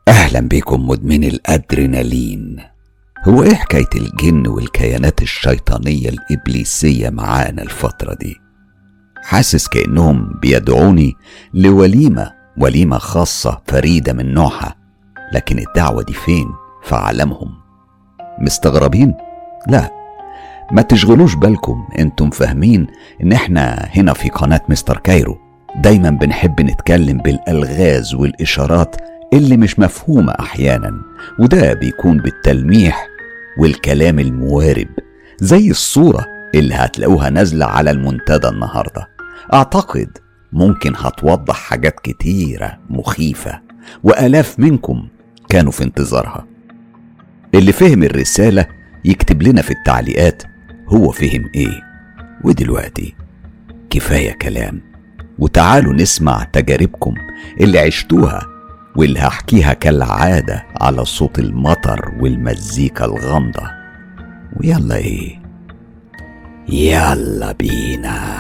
أهلا بكم مدمني الأدرينالين. هو إيه حكاية الجن والكيانات الشيطانية الإبليسية معانا الفترة دي؟ حاسس كأنهم بيدعوني لوليمة خاصة فريدة من نوعها، لكن الدعوة دي فين في عالمهم؟ مستغربين؟ لا، ما تشغلوش بالكم، انتم فاهمين ان احنا هنا في قناة مستر كايرو دايما بنحب نتكلم بالألغاز والإشارات اللي مش مفهومة أحيانا، وده بيكون بالتلميح والكلام الموارب، زي الصورة اللي هتلاقوها نازلة على المنتدى النهاردة. أعتقد ممكن هتوضح حاجات كتيرة مخيفة، وآلاف منكم كانوا في انتظارها. اللي فهم الرسالة يكتب لنا في التعليقات هو فهم ايه. ودلوقتي كفاية كلام، وتعالوا نسمع تجاربكم اللي عشتوها واللي هحكيها كالعادة على صوت المطر والمزيكا الغامضة. ويلا ايه، يلا بينا.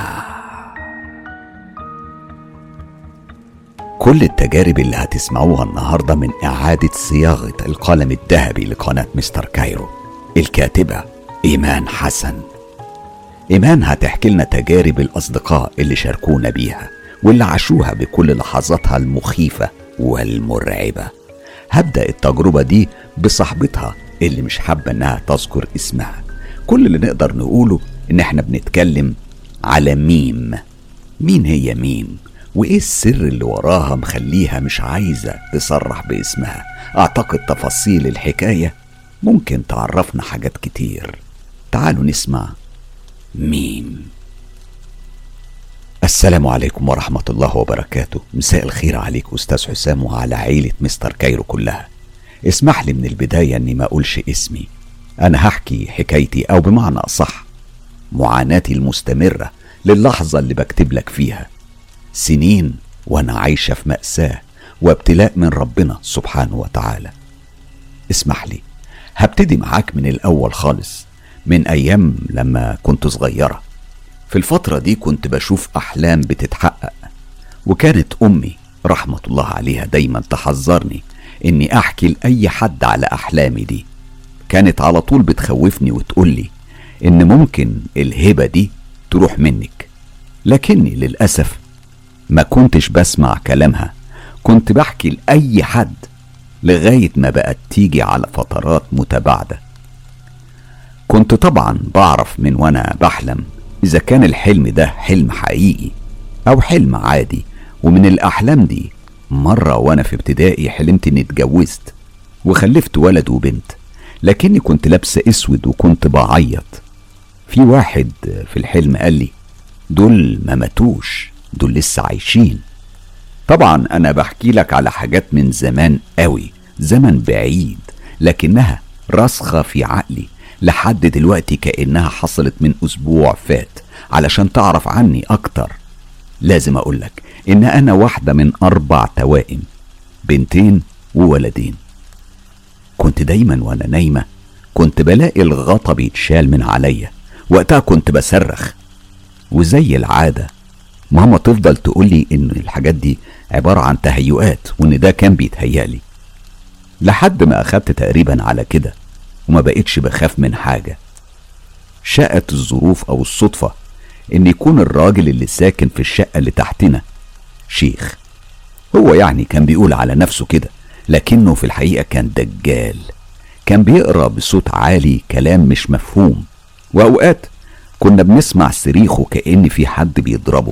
كل التجارب اللي هتسمعوها النهاردة من إعادة صياغة القلم الذهبي لقناة مستر كايرو الكاتبة إيمان حسن. إيمان هتحكي لنا تجارب الأصدقاء اللي شاركونا بيها واللي عاشوها بكل لحظاتها المخيفة والمرعبة. هبدأ التجربة دي بصاحبتها اللي مش حابة انها تذكر اسمها. كل اللي نقدر نقوله ان احنا بنتكلم على ميم. مين هي ميم؟ وايه السر اللي وراها مخليها مش عايزة تصرح باسمها؟ اعتقد تفاصيل الحكاية ممكن تعرفنا حاجات كتير. تعالوا نسمع ميم. السلام عليكم ورحمة الله وبركاته. مساء الخير عليك أستاذ حسام وعلى عيلة مستر كايرو كلها. اسمح لي من البداية أني ما أقولش اسمي. أنا هحكي حكايتي، أو بمعنى أصح معاناتي المستمرة للحظة اللي بكتب لك فيها. سنين وأنا عايشة في مأساة وابتلاء من ربنا سبحانه وتعالى. اسمح لي هبتدي معاك من الأول خالص، من أيام لما كنت صغيرة. في الفترة دي كنت بشوف أحلام بتتحقق، وكانت أمي رحمة الله عليها دايما تحذرني إني أحكي لأي حد على أحلامي دي. كانت على طول بتخوفني وتقولي إن ممكن الهبة دي تروح منك، لكني للأسف ما كنتش بسمع كلامها. كنت بحكي لأي حد لغاية ما بقت تيجي على فترات متباعدة. كنت طبعا بعرف من وأنا بحلم إذا كان الحلم ده حلم حقيقي أو حلم عادي. ومن الأحلام دي مرة وأنا في ابتدائي حلمت إني اتجوزت وخلفت ولد وبنت، لكني كنت لابسة أسود وكنت بعيط. في واحد في الحلم قال لي دول ما ماتوش، دول لسه عايشين. طبعا أنا بحكي لك على حاجات من زمان قوي، زمن بعيد، لكنها راسخة في عقلي لحد دلوقتي كأنها حصلت من أسبوع فات. علشان تعرف عني أكتر لازم أقولك إن أنا واحدة من 4 توائم، بنتين وولدين. كنت دايما وأنا نايمة كنت بلاقي الغطا بيتشال من عليا. وقتها كنت بصرخ، وزي العادة ماما تفضل تقولي إن الحاجات دي عبارة عن تهيؤات، وإن ده كان بيتهيألي، لحد ما أخدت تقريبا على كده وما بقيتش بخاف من حاجة. شاءت الظروف أو الصدفة إن يكون الراجل اللي ساكن في الشقة اللي تحتنا شيخ. هو يعني كان بيقول على نفسه كده، لكنه في الحقيقة كان دجال. كان بيقرأ بصوت عالي كلام مش مفهوم، وأوقات كنا بنسمع صريخه كأن في حد بيضربه.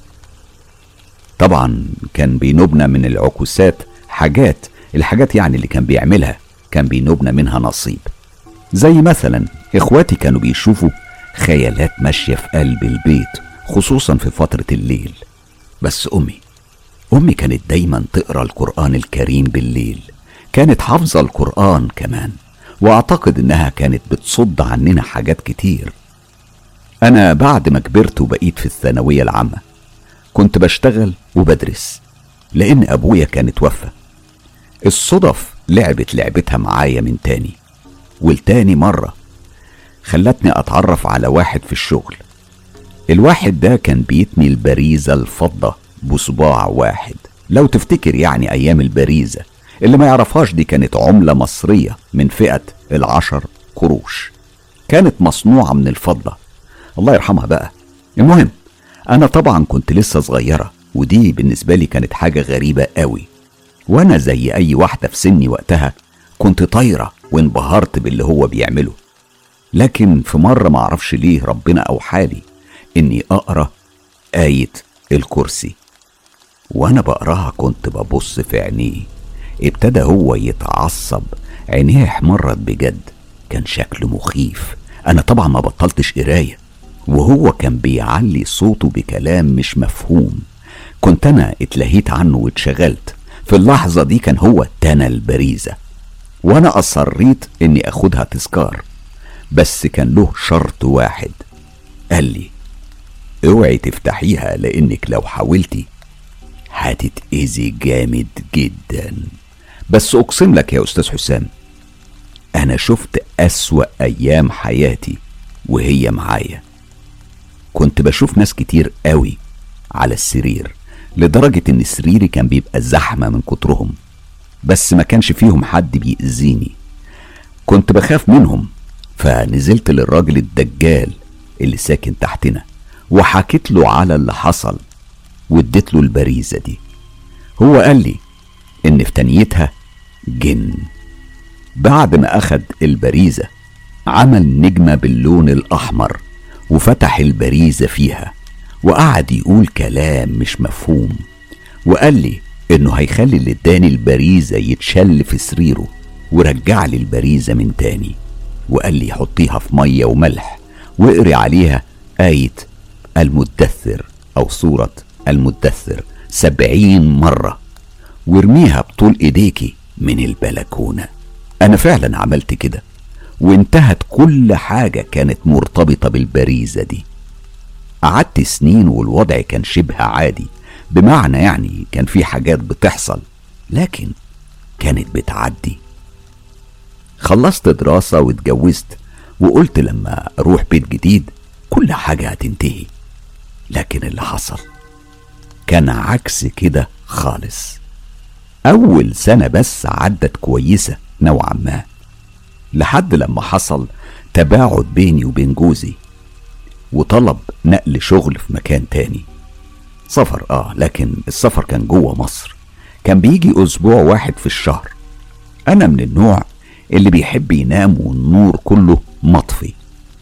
طبعا كان بينوبنا من العكوسات الحاجات يعني اللي كان بيعملها كان بينوبنا منها نصيب. زي مثلا اخواتي كانوا بيشوفوا خيالات ماشية في قلب البيت، خصوصا في فترة الليل. بس أمي كانت دايما تقرأ القرآن الكريم بالليل. كانت حافظة القرآن كمان، وأعتقد إنها كانت بتصد عننا حاجات كتير. أنا بعد ما كبرت وبقيت في الثانوية العامة كنت بشتغل وبدرس، لأن أبويا كان اتوفى. الصدف لعبت لعبتها معايا من تاني والتاني مرة، خلتني أتعرف على واحد في الشغل. الواحد ده كان بيتني البريزة الفضة بصباع واحد. لو تفتكر يعني أيام البريزة اللي ما يعرفهاش دي كانت عملة مصرية من فئة 10 قروش، كانت مصنوعة من الفضة، الله يرحمها بقى. المهم أنا طبعا كنت لسه صغيرة، ودي بالنسبة لي كانت حاجة غريبة قوي، وأنا زي أي واحدة في سني وقتها كنت طايرة وانبهرت باللي هو بيعمله. لكن في مرة معرفش ليه ربنا أوحالي إني أقرأ آية الكرسي، وأنا بقراها كنت ببص في عينيه، ابتدى هو يتعصب، عينيه احمرت بجد، كان شكله مخيف. أنا طبعا ما بطلتش قراية، وهو كان بيعلي صوته بكلام مش مفهوم. كنت أنا اتلهيت عنه واتشغلت. في اللحظة دي كان هو ادانا البريزة، وأنا أصريت إني أخدها تذكار، بس كان له شرط واحد. قال لي اوعي تفتحيها، لأنك لو حاولتي هتتأذي جامد جدا. بس أقسم لك يا أستاذ حسام، أنا شفت أسوأ أيام حياتي وهي معايا. كنت بشوف ناس كتير قوي على السرير، لدرجة إن سريري كان بيبقى زحمة من كترهم، بس ما كانش فيهم حد بيأذيني. كنت بخاف منهم، فنزلت للراجل الدجال اللي ساكن تحتنا وحكيت له على اللي حصل، واديت له البريزة دي. هو قال لي إن في تانيتها جن. بعد ما أخد البريزة عمل نجمة باللون الأحمر وفتح البريزة فيها، وقعد يقول كلام مش مفهوم، وقال لي إنه هيخلي اللي اداني البريزة يتشل في سريره، ورجع لي البريزة من تاني، وقال لي حطيها في مية وملح واقري عليها آية المدثر أو سورة المدثر 70 مرة، وارميها بطول ايديكي من البلكونة. انا فعلا عملت كده، وانتهت كل حاجة كانت مرتبطة بالبريزة دي. قعدت سنين والوضع كان شبه عادي، بمعنى يعني كان في حاجات بتحصل لكن كانت بتعدي. خلصت دراسة واتجوزت، وقلت لما اروح بيت جديد كل حاجة هتنتهي، لكن اللي حصل كان عكس كده خالص. أول سنة بس عدت كويسة نوعا ما، لحد لما حصل تباعد بيني وبين جوزي، وطلب نقل شغل في مكان تاني. سفر لكن السفر كان جوه مصر، كان بيجي أسبوع واحد في الشهر. أنا من النوع اللي بيحب ينام والنور كله مطفي،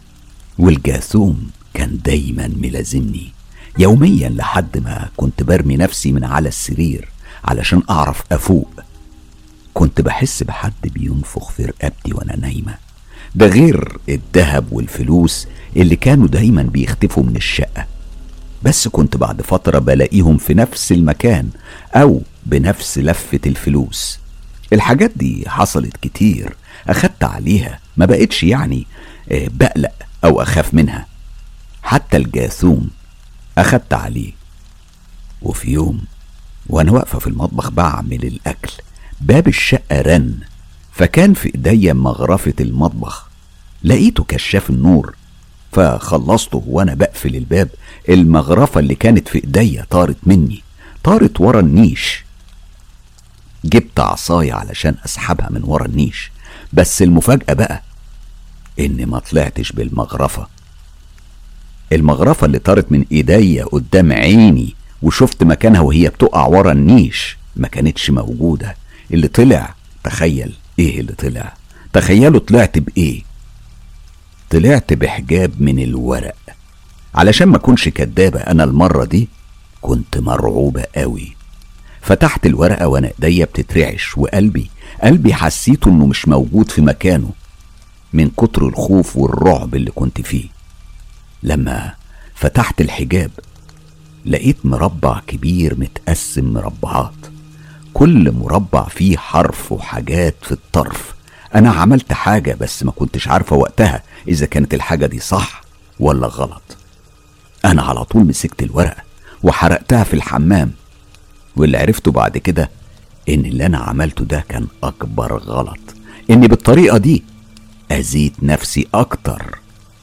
والجاثوم كان دايما ملازمني يوميا، لحد ما كنت برمي نفسي من على السرير علشان أعرف أفوق. كنت بحس بحد بينفخ في رقبتي وأنا نايمة، ده غير الذهب والفلوس اللي كانوا دايما بيختفوا من الشقة، بس كنت بعد فترة بلاقيهم في نفس المكان أو بنفس لفة الفلوس. الحاجات دي حصلت كتير، أخدت عليها، ما بقتش يعني بقلق أو أخاف منها. حتى الجاثوم أخدت عليه. وفي يوم وانا واقفة في المطبخ بعمل الاكل، باب الشقة رن، فكان في ايديا مغرفة المطبخ، لقيته كشاف النور، فخلصته وانا بقفل الباب. المغرفة اللي كانت في ايديا طارت مني، طارت ورا النيش. جبت عصاية علشان اسحبها من ورا النيش، بس المفاجأة بقى اني ما طلعتش بالمغرفة. المغرفة اللي طارت من ايديا قدام عيني وشفت مكانها وهي بتقع ورا النيش ما كانتش موجودة. اللي طلع، تخيل ايه اللي طلع، تخيلوا طلعت بايه؟ طلعت بحجاب من الورق. علشان ما كنش كدابة، انا المرة دي كنت مرعوبة قوي. فتحت الورقة وانا ايديا بتترعش، وقلبي حسيته انه مش موجود في مكانه من كتر الخوف والرعب اللي كنت فيه. لما فتحت الحجاب لقيت مربع كبير متقسم مربعات، كل مربع فيه حرف وحاجات في الطرف. انا عملت حاجة بس ما كنتش عارفة وقتها اذا كانت الحاجة دي صح ولا غلط. انا على طول مسكت الورقة وحرقتها في الحمام، واللي عرفته بعد كده ان اللي انا عملته ده كان اكبر غلط، اني بالطريقة دي اذيت نفسي اكتر.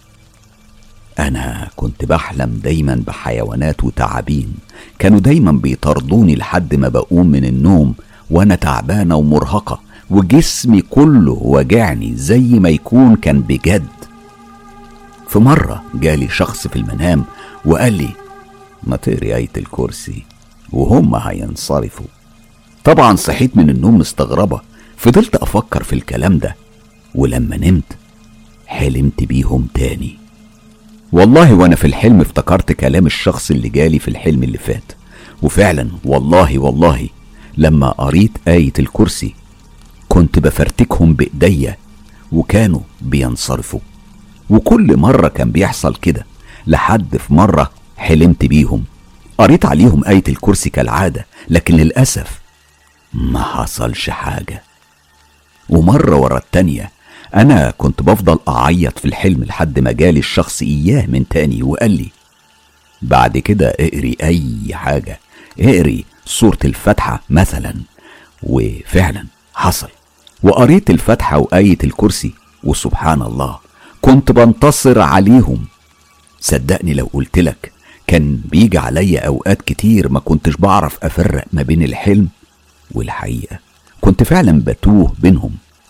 انا كنت بحلم دايما بحيوانات وتعابين، كانوا دايما بيطاردوني لحد ما بقوم من النوم وانا تعبانة ومرهقة وجسمي كله وجعني زي ما يكون كان بجد. في مرة جالي شخص في المنام وقال لي ما تقري آية الكرسي وهم هينصرفوا. طبعا صحيت من النوم مستغربة، فضلت أفكر في الكلام ده، ولما نمت حلمت بيهم تاني. والله وانا في الحلم افتكرت كلام الشخص اللي جالي في الحلم اللي فات، وفعلا والله لما قريت آية الكرسي كنت بفرتكهم بإيديا وكانوا بينصرفوا. وكل مرة كان بيحصل كده، لحد في مرة حلمت بيهم قريت عليهم آية الكرسي كالعادة، لكن للأسف ما حصلش حاجة. ومرة ورا التانية أنا كنت بفضل أعيط في الحلم لحد ما جالي الشخص إياه من تاني وقال لي بعد كده اقري أي حاجة، اقري سورة الفاتحة مثلا. وفعلا حصل، وقريت الفاتحة وآية الكرسي، وسبحان الله كنت بنتصر عليهم. صدقني لو قلتلك كان بيجي عليا أوقات كتير ما كنتش بعرف أفرق ما بين الحلم والحقيقة، كنت فعلا بتوه بينهم.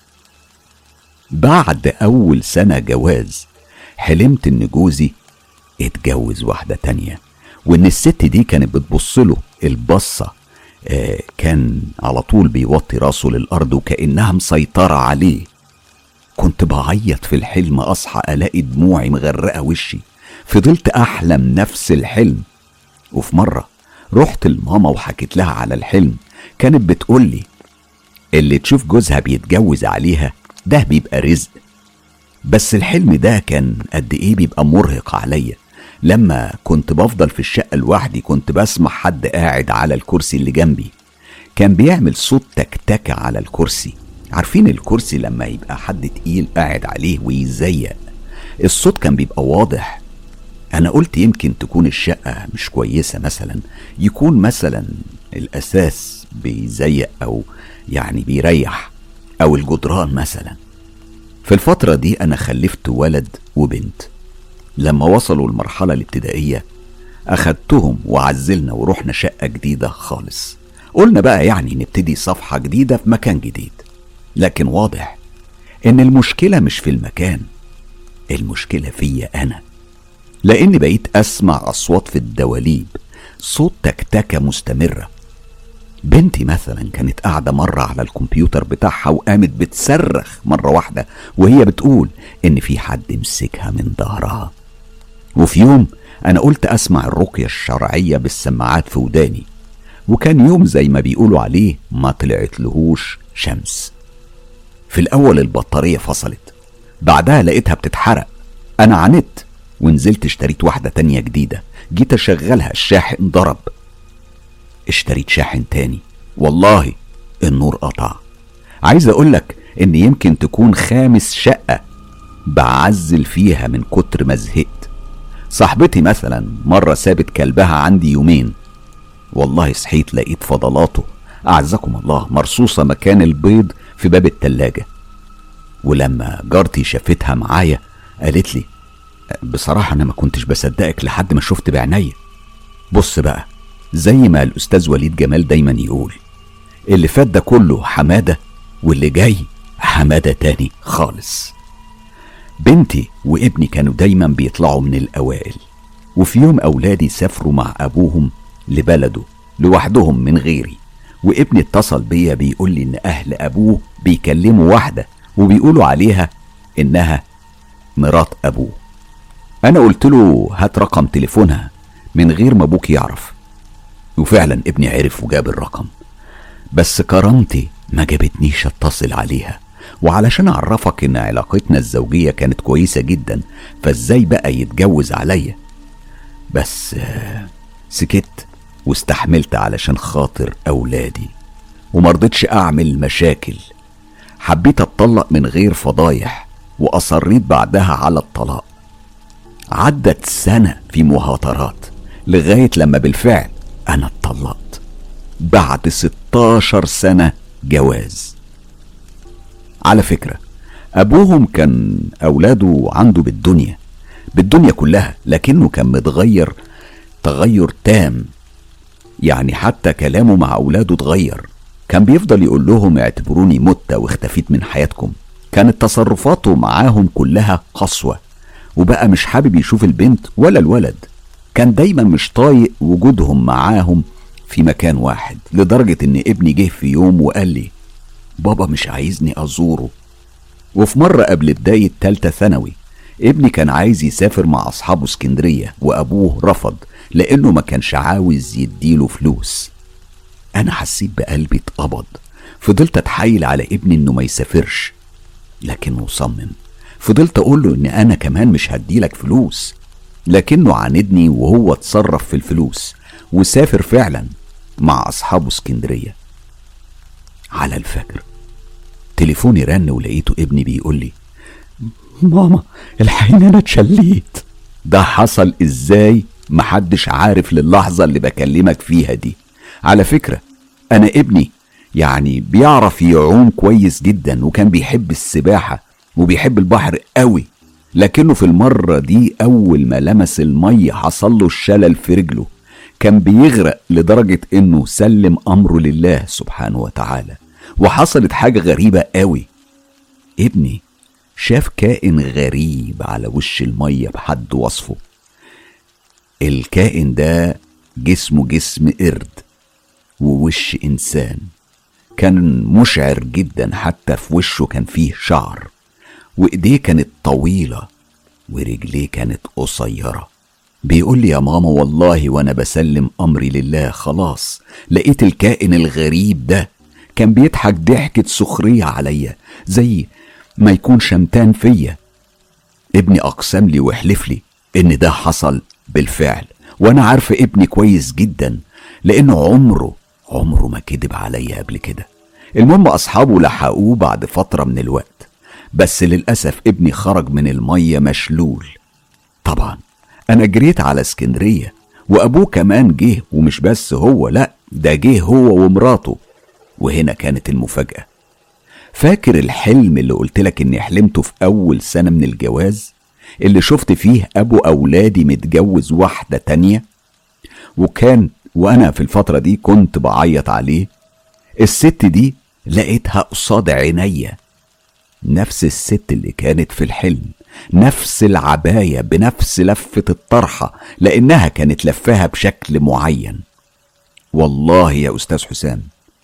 بعد أول سنة جواز حلمت إن جوزي اتجوز واحدة تانية، وإن الست دي كانت بتبصله البصة كان على طول بيوطي راسه للأرض وكأنها مسيطرة عليه. كنت بعيط في الحلم، أصحى ألاقي دموعي مغرقة وشي. فضلت أحلم نفس الحلم. وفي مرة رحت لماما وحكيت لها على الحلم، كانت بتقولي اللي تشوف جوزها بيتجوز عليها ده بيبقى رزق. بس الحلم ده كان قد ايه بيبقى مرهق عليا. لما كنت بفضل في الشقة لوحدي كنت بسمع حد قاعد على الكرسي اللي جنبي، كان بيعمل صوت تكتكة على الكرسي. عارفين الكرسي لما يبقى حد تقيل قاعد عليه ويزيق، الصوت كان بيبقى واضح. انا قلت يمكن تكون الشقة مش كويسة، مثلا يكون مثلا الاساس بيزيق او يعني بيريح، او الجدران مثلا. في الفترة دي انا خلفت ولد وبنت. لما وصلوا المرحلة الابتدائية اخدتهم وعزلنا ورحنا شقة جديدة خالص. قلنا بقى يعني نبتدي صفحة جديدة في مكان جديد. لكن واضح ان المشكلة مش في المكان، المشكلة فيا انا، لاني بقيت اسمع اصوات في الدواليب، صوت تكتكة مستمرة. بنتي مثلا كانت قاعدة مرة على الكمبيوتر بتاعها وقامت بتصرخ مرة واحدة وهي بتقول ان في حد مسكها من ظهرها. وفي يوم انا قلت اسمع الرقية الشرعية بالسماعات في وداني، وكان يوم زي ما بيقولوا عليه ما طلعت لهوش شمس. في الاول البطارية فصلت، بعدها لقيتها بتتحرق. انا عانيت ونزلت اشتريت واحدة تانية جديدة، جيت اشغلها الشاحن ضرب. اشتريت شاحن تاني، والله النور قطع. عايز اقولك ان يمكن تكون 5 شقة بعزل فيها من كتر ما زهقت. صاحبتي مثلا مرة سابت كلبها عندي يومين، والله صحيت لقيت فضلاته اعزكم الله مرصوصة مكان البيض في باب التلاجة. ولما جارتي شافتها معايا قالت لي بصراحة انا ما كنتش بصدقك لحد ما شفت بعينيا. بص بقى، زي ما الأستاذ وليد جمال دايما يقول، اللي فات ده كله حمادة واللي جاي حمادة تاني خالص. بنتي وابني كانوا دايما بيطلعوا من الأوائل، وفي يوم أولادي سافروا مع أبوهم لبلده لوحدهم من غيري، وابني اتصل بيا بيقول لي إن أهل أبوه بيكلموا واحدة وبيقولوا عليها إنها مرات أبوه. أنا قلت له هات رقم تليفونها من غير ما أبوك يعرف، وفعلا ابني عرف وجاب الرقم، بس كرامتي ما جابتنيش اتصل عليها. وعلشان اعرفك ان علاقتنا الزوجية كانت كويسة جدا، فازاي بقى يتجوز عليا؟ بس سكت واستحملت علشان خاطر اولادي، ومرضتش اعمل مشاكل. حبيت اتطلق من غير فضايح، واصريت بعدها على الطلاق. عدت سنة في مهاترات لغاية لما بالفعل أنا اتطلقت بعد 16 سنة جواز. على فكرة أبوهم كان أولاده عنده بالدنيا كلها، لكنه كان متغير تغير تام، يعني حتى كلامه مع أولاده اتغير. كان بيفضل يقول لهم اعتبروني مت واختفيت من حياتكم. كانت تصرفاته معاهم كلها قسوة، وبقى مش حابب يشوف البنت ولا الولد. كان دايما مش طايق وجودهم معاهم في مكان واحد، لدرجة ان ابني جه في يوم وقال لي بابا مش عايزني ازوره. وفي مرة قبل بداية تالتة ثانوي ابني كان عايز يسافر مع اصحابه اسكندرية، وابوه رفض لانه ما كانش عاوز يديله فلوس. انا حسيت بقلبي اتقبض. فضلت اتحايل على ابني انه ما يسافرش، لكنه صمم. فضلت اقوله ان انا كمان مش هديلك فلوس، لكنه عاندني وهو اتصرف في الفلوس وسافر فعلا مع اصحابه اسكندرية. على الفجر تليفوني رن ولقيته ابني بيقول لي ماما الحقيني انا اتشليت. ده حصل ازاي محدش عارف للحظة اللي بكلمك فيها دي. على فكرة انا ابني يعني بيعرف يعوم كويس جدا، وكان بيحب السباحة وبيحب البحر قوي، لكنه في المرة دي اول ما لمس المية حصل له الشلل في رجله. كان بيغرق لدرجة انه سلم امره لله سبحانه وتعالى. وحصلت حاجة غريبة قوي، ابني شاف كائن غريب على وش المية بحد وصفه. الكائن ده جسمه جسم قرد ووش انسان، كان مشعر جدا، حتى في وشه كان فيه شعر، وايديه كانت طويلة ورجليه كانت قصيرة. بيقول لي يا ماما والله وانا بسلم امري لله خلاص لقيت الكائن الغريب ده كان بيضحك ضحكة سخرية عليا، زي ما يكون شمتان فيا. ابني اقسم لي وحلف لي ان ده حصل بالفعل، وانا عارفة ابني كويس جدا لانه عمره ما كذب عليا قبل كده. المهم اصحابه لحقوه بعد فترة من الوقت، بس للأسف ابني خرج من المية مشلول. طبعا انا جريت على اسكندرية، وابوه كمان جه، ومش بس هو، لا ده جه هو ومراته. وهنا كانت المفاجأة. فاكر الحلم اللي قلتلك اني حلمته في اول سنة من الجواز، اللي شفت فيه ابو اولادي متجوز واحدة تانية؟ وانا في الفترة دي كنت بعيط عليه. الست دي لقيتها قصاد عينيا، نفس الست اللي كانت في الحلم، نفس العباية بنفس لفة الطرحة، لانها كانت لفاها بشكل معين. والله يا استاذ حسام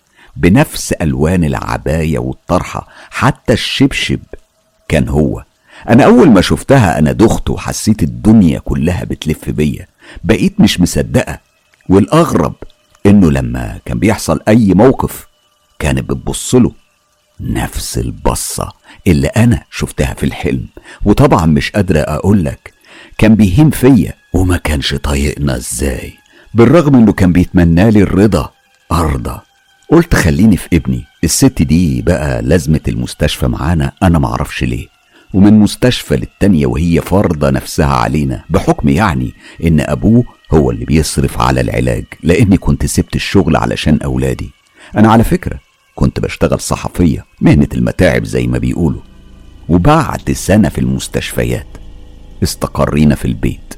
بنفس الوان العباية والطرحة، حتى الشبشب كان هو. انا اول ما شفتها انا دخت وحسيت الدنيا كلها بتلف بيا، بقيت مش مصدقة. والاغرب انه لما كان بيحصل اي موقف كانت بتبصله نفس البصة اللي انا شفتها في الحلم. وطبعا مش قادرة اقولك كان بيهين فيا وما كانش طايقنا ازاي، بالرغم انه كان بيتمنى لي الرضا ارضى. قلت خليني في ابني. الست دي بقى لازمة المستشفى معانا انا معرفش ليه، ومن مستشفى للتانية وهي فرضة نفسها علينا، بحكم يعني ان ابوه هو اللي بيصرف على العلاج، لاني كنت سبت الشغل علشان اولادي. انا على فكرة كنت بشتغل صحفية، مهنة المتاعب زي ما بيقولوا. وبعد سنة في المستشفيات استقرينا في البيت.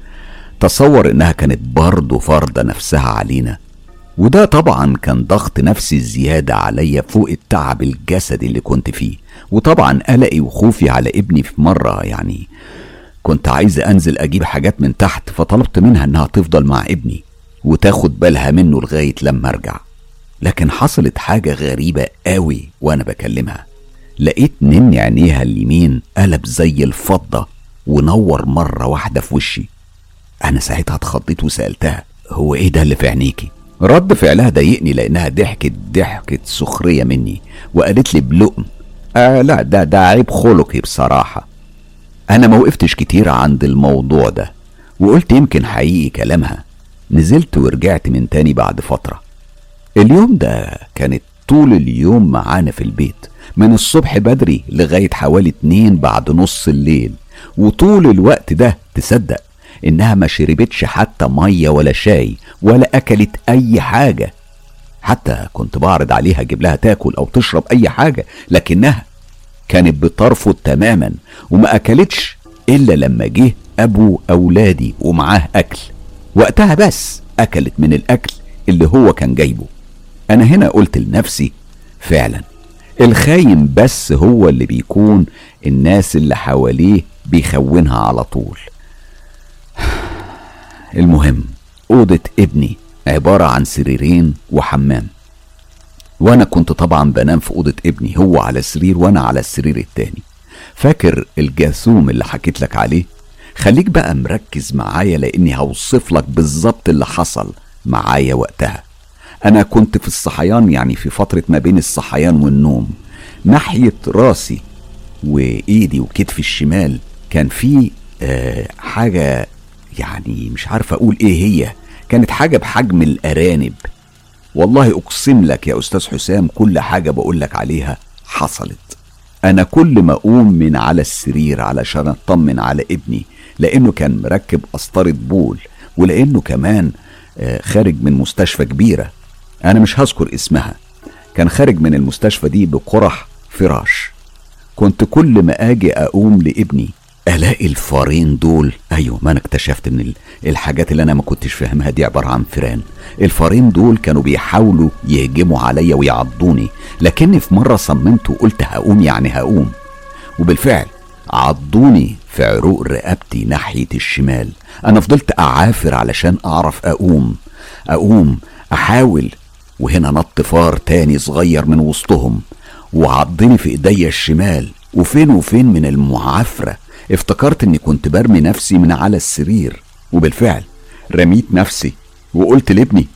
تصور انها كانت برضو فرضة نفسها علينا، وده طبعا كان ضغط نفسي زيادة عليا فوق التعب الجسدي اللي كنت فيه. وطبعا قلقي وخوفي على ابني. في مرة يعني كنت عايز انزل اجيب حاجات من تحت، فطلبت منها انها تفضل مع ابني وتاخد بالها منه لغاية لما ارجع. لكن حصلت حاجة غريبة قوي وانا بكلمها. لقيت نني عينيها اليمين قلب زي الفضة ونور مرة واحدة في وشي. انا ساعتها اتخضيت وسألتها هو ايه ده اللي في عينيكي؟ رد فعلها ضايقني لانها ضحكت سخرية مني، وقالت لي بلقم لا ده عيب خلقي بصراحة. انا ما وقفتش كتير عند الموضوع ده وقلت يمكن حقيقي كلامها. نزلت ورجعت من تاني بعد فترة. اليوم ده كانت طول اليوم معانا في البيت، من الصبح بدري لغاية حوالي 2 بعد نص الليل. وطول الوقت ده تصدق انها ما شربتش حتى مية ولا شاي ولا اكلت اي حاجة. حتى كنت بعرض عليها اجيب لها تاكل او تشرب اي حاجة، لكنها كانت بترفض تماما، وما اكلتش الا لما جه ابو اولادي ومعاه اكل. وقتها بس اكلت من الاكل اللي هو كان جايبه. أنا هنا قلت لنفسي فعلا الخاين بس هو اللي بيكون الناس اللي حواليه بيخونها على طول. المهم أوضة ابني عبارة عن سريرين وحمام، وانا كنت طبعا بنام في اوضة ابني، هو على سرير وانا على السرير التاني. فاكر الجاثوم اللي حكيت لك عليه؟ خليك بقى مركز معايا لاني هوصف لك بالظبط اللي حصل معايا وقتها. انا كنت في الصحيان، يعني في فترة ما بين الصحيان والنوم، ناحية راسي وايدي وكتفي الشمال كان في حاجة، يعني مش عارف اقول ايه هي، كانت حاجة بحجم الارانب. والله اقسم لك يا استاذ حسام كل حاجة بقول لك عليها حصلت. انا كل ما اقوم من على السرير علشان اطمن على ابني، لانه كان مركب قسطرة بول، ولانه كمان خارج من مستشفى كبيرة انا مش هذكر اسمها، كان خارج من المستشفى دي بقرح فراش. كنت كل ما اجي اقوم لابني الاقي الفارين دول، ايوه ما انا اكتشفت ان الحاجات اللي انا ما كنتش فاهمها دي عبارة عن فيران. الفارين دول كانوا بيحاولوا يهجموا عليا ويعضوني، لكني في مرة صممت وقلت هقوم يعني هقوم، وبالفعل عضوني في عروق رقبتي ناحية الشمال. انا فضلت اعافر علشان اعرف اقوم احاول، وهنا نط فار تاني صغير من وسطهم وعضني في ايديا الشمال، وفين وفين من المعافرة افتكرت اني كنت برمي نفسي من على السرير، وبالفعل رميت نفسي وقلت لابني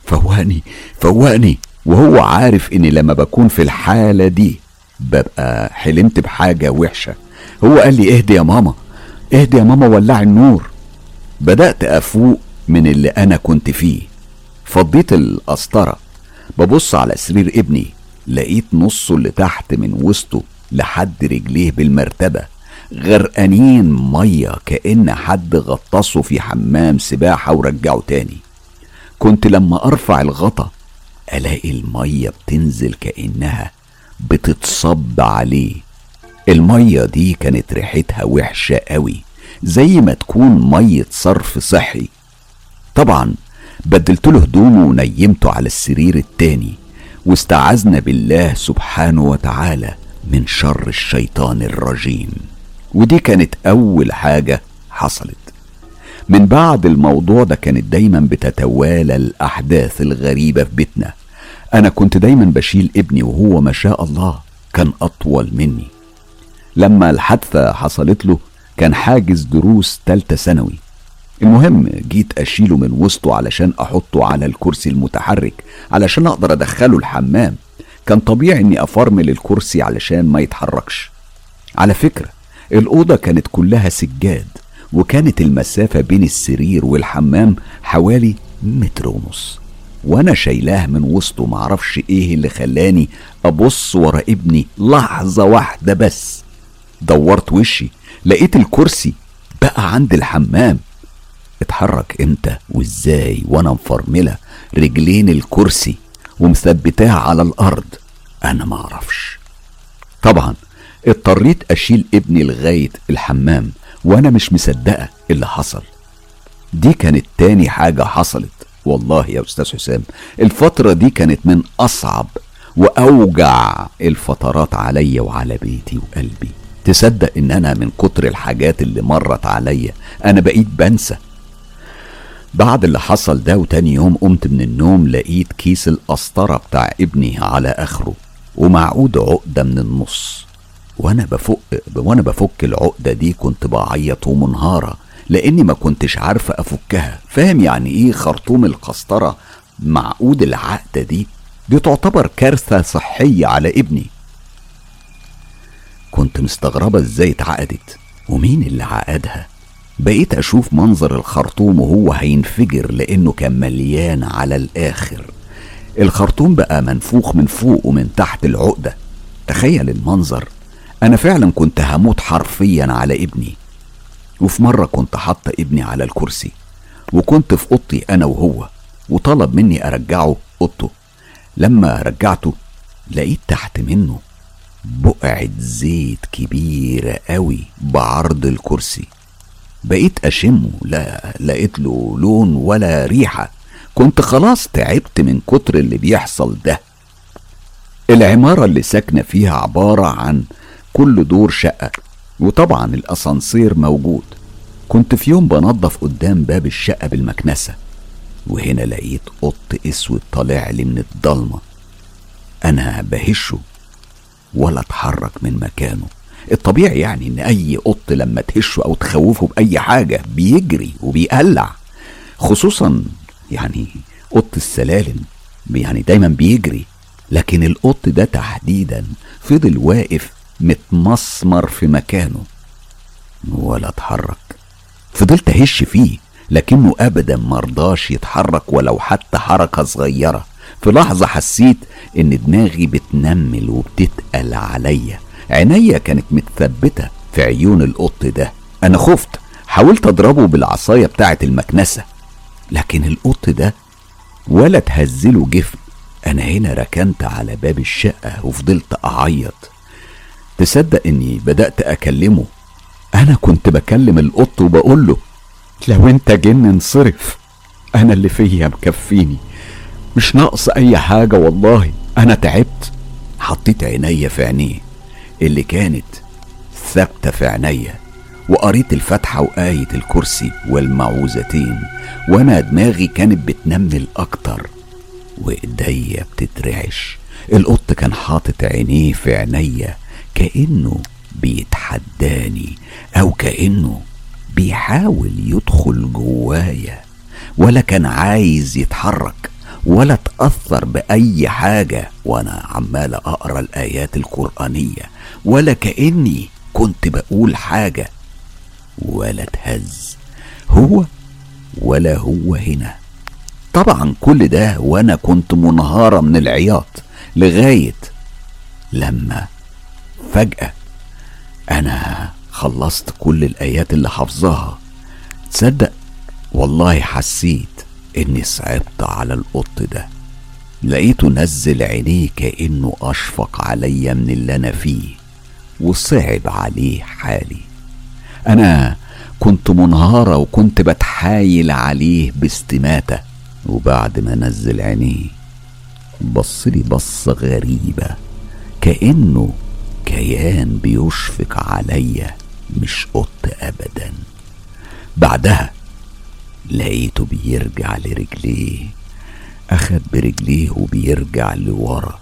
فوقني، وهو عارف اني لما بكون في الحالة دي ببقى حلمت بحاجة وحشة. هو قال لي اهدي يا ماما ولع النور. بدأت افوق من اللي انا كنت فيه، فضيت القسطرة ببص على سرير ابني، لقيت نصه اللي تحت من وسطه لحد رجليه بالمرتبة غرقانين مية، كأن حد غطسه في حمام سباحة ورجعه تاني. كنت لما ارفع الغطا الاقي المية بتنزل كأنها بتتصب عليه. المية دي كانت ريحتها وحشة قوي، زي ما تكون مية صرف صحي. طبعا بدلت له هدومه ونيمته على السرير التاني، واستعذنا بالله سبحانه وتعالى من شر الشيطان الرجيم. ودي كانت اول حاجة حصلت. من بعد الموضوع ده كانت دايما بتتوالى الاحداث الغريبة في بيتنا. انا كنت دايما بشيل ابني وهو ما شاء الله كان اطول مني. لما الحادثة حصلت له كان حاجز دروس تالتة ثانوي. المهم جيت اشيله من وسطه علشان احطه على الكرسي المتحرك علشان اقدر ادخله الحمام. كان طبيعي اني افرمل الكرسي علشان ما يتحركش. على فكرة الأوضة كانت كلها سجاد، وكانت المسافة بين السرير والحمام حوالي 1.5 متر، وانا شايلاه من وسطه. معرفش ايه اللي خلاني ابص ورا ابني لحظة واحدة بس. دورت وشي لقيت الكرسي بقى عند الحمام. اتحرك امتى وازاي وانا مفرملة رجلين الكرسي ومثبتاه على الارض؟ انا معرفش. طبعا اضطريت اشيل ابني لغاية الحمام وانا مش مصدقة اللي حصل. دي كانت تاني حاجة حصلت. والله يا استاذ حسام الفترة دي كانت من اصعب واوجع الفترات عليا وعلى بيتي وقلبي. تصدق ان انا من كتر الحاجات اللي مرت عليا انا بقيت بنسى. بعد اللي حصل ده وتاني يوم قمت من النوم لقيت كيس القسطرة بتاع ابني على اخره ومعقود عقدة من النص. وانا بفك العقدة دي كنت بعيط ومنهارة لاني ما كنتش عارفة افكها. فاهم يعني ايه خرطوم القسطرة معقود العقدة دي تعتبر كارثة صحية على ابني. كنت مستغربة ازاي اتعقدت ومين اللي عقدها. بقيت اشوف منظر الخرطوم وهو هينفجر لانه كان مليان على الاخر. الخرطوم بقى منفوخ من فوق ومن تحت العقدة. تخيل المنظر. انا فعلا كنت هموت حرفيا على ابني. وفي مرة كنت حاطة ابني على الكرسي وكنت في اوضتي انا وهو، وطلب مني ارجعه اوضته. لما رجعته لقيت تحت منه بقعة زيت كبيرة قوي بعرض الكرسي. بقيت اشمه، لا لقيت له لون ولا ريحة. كنت خلاص تعبت من كتر اللي بيحصل ده. العمارة اللي ساكنة فيها عبارة عن كل دور شقة، وطبعا الأسانسير موجود. كنت في يوم بنظف قدام باب الشقة بالمكنسة، وهنا لقيت قط اسود طالع لي من الضلمة. أنا بهشه ولا اتحرك من مكانه. الطبيعي يعني ان اي قط لما تهشه او تخوفه باي حاجة بيجري وبيقلع، خصوصا يعني قط السلالم، يعني دايما بيجري. لكن القط ده تحديدا فضل واقف متمسمر في مكانه ولا اتحرك. فضلت اهش فيه لكنه ابدا مرضاش يتحرك ولو حتى حركة صغيرة. في لحظة حسيت ان دماغي بتنمل وبتتقل عليا. عينيا كانت متثبتة في عيون القط ده. انا خفت، حاولت اضربه بالعصاية بتاعة المكنسة، لكن القط ده ولا تهزله جفن. انا هنا ركنت على باب الشقة وفضلت اعيط. تصدق اني بدأت اكلمه؟ انا كنت بكلم القط وبقوله لو انت جن انصرف، انا اللي فيا مكفيني، مش ناقص اي حاجة والله، انا تعبت. حطيت عينيا في عينيه اللي كانت ثابتة في عينيا، وقريت الفاتحة وآية الكرسي والمعوذتين، وانا دماغي كانت بتنمل اكتر وايديا بتترعش. القط كان حاطط عينيه في عينيا كأنه بيتحداني او كأنه بيحاول يدخل جوايا، ولا كان عايز يتحرك ولا تأثر بأي حاجة وانا عمال اقرأ الآيات القرآنية، ولا كأني كنت بقول حاجة، ولا تهز هو ولا هو هنا. طبعا كل ده وانا كنت منهارة من العياط، لغاية لما فجأة انا خلصت كل الآيات اللي حافظاها. تصدق والله حسيت اني صعبت على القط ده. لقيته نزل عينيه كأنه اشفق عليا من اللي انا فيه وصعب عليه حالي. انا كنت منهارة وكنت بتحايل عليه باستماتة، وبعد ما نزل عينيه بصلي بصة غريبة كأنه كيان بيشفق عليا مش قط ابدا. بعدها لقيته بيرجع لرجليه، اخد برجليه وبيرجع لورا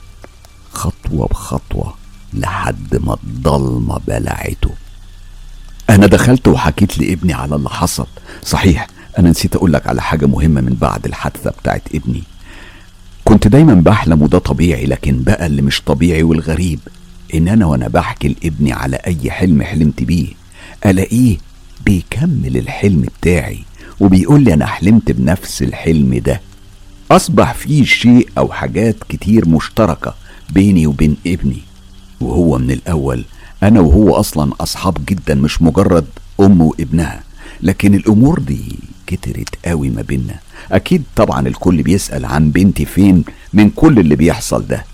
خطوة بخطوة لحد ما الضلمة بلعته. انا دخلت وحكيت لابني على اللي حصل. صحيح انا نسيت اقولك على حاجة مهمة من بعد الحادثة بتاعت ابني. كنت دايما بحلم وده طبيعي، لكن بقى اللي مش طبيعي والغريب ان انا وانا بحكي لابني على اي حلم حلمت بيه الاقيه بيكمل الحلم بتاعي وبيقول لي انا حلمت بنفس الحلم ده. اصبح فيه شيء او حاجات كتير مشتركة بيني وبين ابني، وهو من الاول انا وهو اصلا اصحاب جدا، مش مجرد ام وابنها. لكن الامور دي كترت قوي ما بينا. اكيد طبعا الكل بيسأل عن بنتي فين من كل اللي بيحصل ده.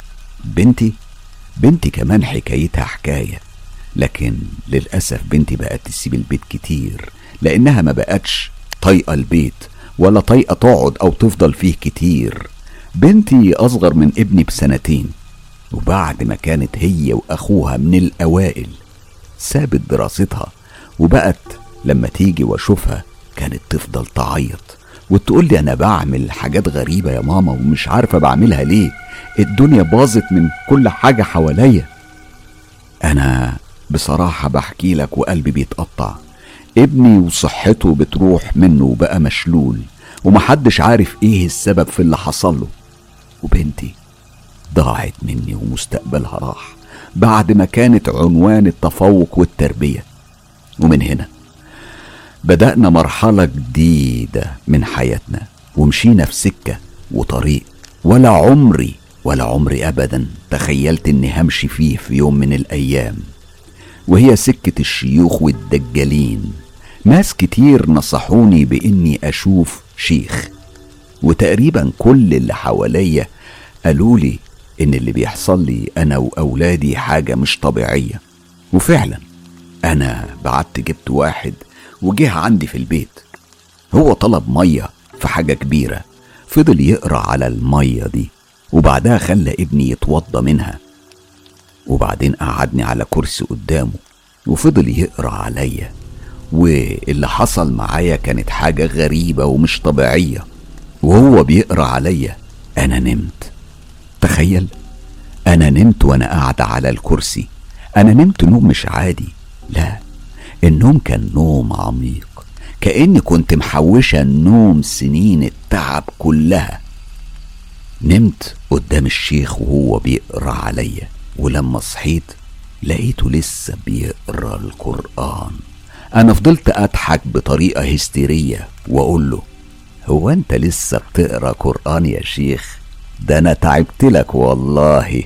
بنتي كمان حكايتها حكاية، لكن للأسف بنتي بقت تسيب البيت كتير لأنها ما بقتش طايقة البيت ولا طايقة تقعد أو تفضل فيه كتير. بنتي أصغر من ابني ب2 وبعد ما كانت هي وأخوها من الأوائل سابت دراستها، وبقت لما تيجي واشوفها كانت تفضل تعيط وتقول لي أنا بعمل حاجات غريبة يا ماما ومش عارفة بعملها ليه، الدنيا باظت من كل حاجة حواليا. أنا بصراحة بحكي لك وقلبي بيتقطع. ابني وصحته بتروح منه وبقى مشلول ومحدش عارف ايه السبب في اللي حصل له، وبنتي ضاعت مني ومستقبلها راح بعد ما كانت عنوان التفوق والتربية. ومن هنا بدأنا مرحلة جديدة من حياتنا ومشينا في سكة وطريق ولا عمري أبدا تخيلت اني همشي فيه في يوم من الأيام، وهي سكة الشيوخ والدجالين. ناس كتير نصحوني بإني أشوف شيخ، وتقريبا كل اللي حواليا قالولي إن اللي بيحصل لي أنا وأولادي حاجة مش طبيعية. وفعلا أنا بعت جبت واحد وجه عندي في البيت. هو طلب مية في حاجة كبيرة، فضل يقرأ على المية دي وبعدها خلى ابني يتوضى منها، وبعدين قعدني على كرسي قدامه وفضل يقرأ عليا. واللي حصل معايا كانت حاجة غريبة ومش طبيعية. وهو بيقرأ عليا أنا نمت. تخيل، أنا نمت وأنا قاعدة على الكرسي. أنا نمت نوم مش عادي، لا، النوم كان نوم عميق، كأني كنت محوشة النوم سنين التعب كلها. نمت قدام الشيخ وهو بيقرأ عليا، ولما صحيت لقيته لسه بيقرأ القرآن. أنا فضلت أضحك بطريقة هستيرية وأقول له: هو أنت لسه بتقرأ قرآن يا شيخ؟ ده أنا تعبت لك والله.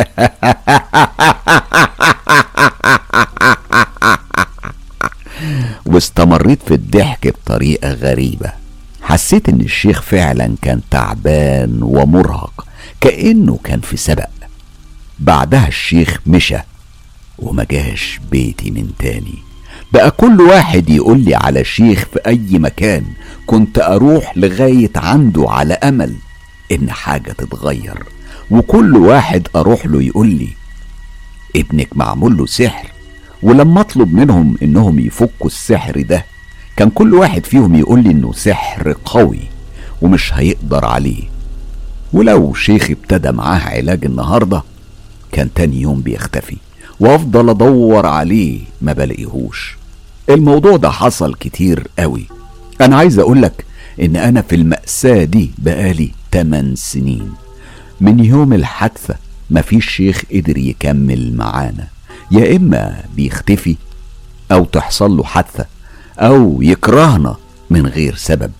واستمريت في الضحك بطريقة غريبة. حسيت إن الشيخ فعلا كان تعبان ومرهق، كأنه كان في سبق. بعدها الشيخ مشى وما جاش بيتي من تاني. بقى كل واحد يقول لي على شيخ في أي مكان كنت أروح لغاية عنده على أمل إن حاجة تتغير. وكل واحد أروح له يقول لي: ابنك معمول له سحر. ولما أطلب منهم إنهم يفكوا السحر ده، كان كل واحد فيهم يقول لي إنه سحر قوي ومش هيقدر عليه. ولو شيخ ابتدى معاه علاج النهاردة، كان تاني يوم بيختفي، وافضل ادور عليه ما بلاقيهوش. الموضوع ده حصل كتير قوي. انا عايز اقولك ان انا في المأساة دي بقالي 8 سنين. من يوم الحادثة مفيش شيخ قدر يكمل معانا، يا اما بيختفي او تحصل له حادثة او يكرهنا من غير سبب،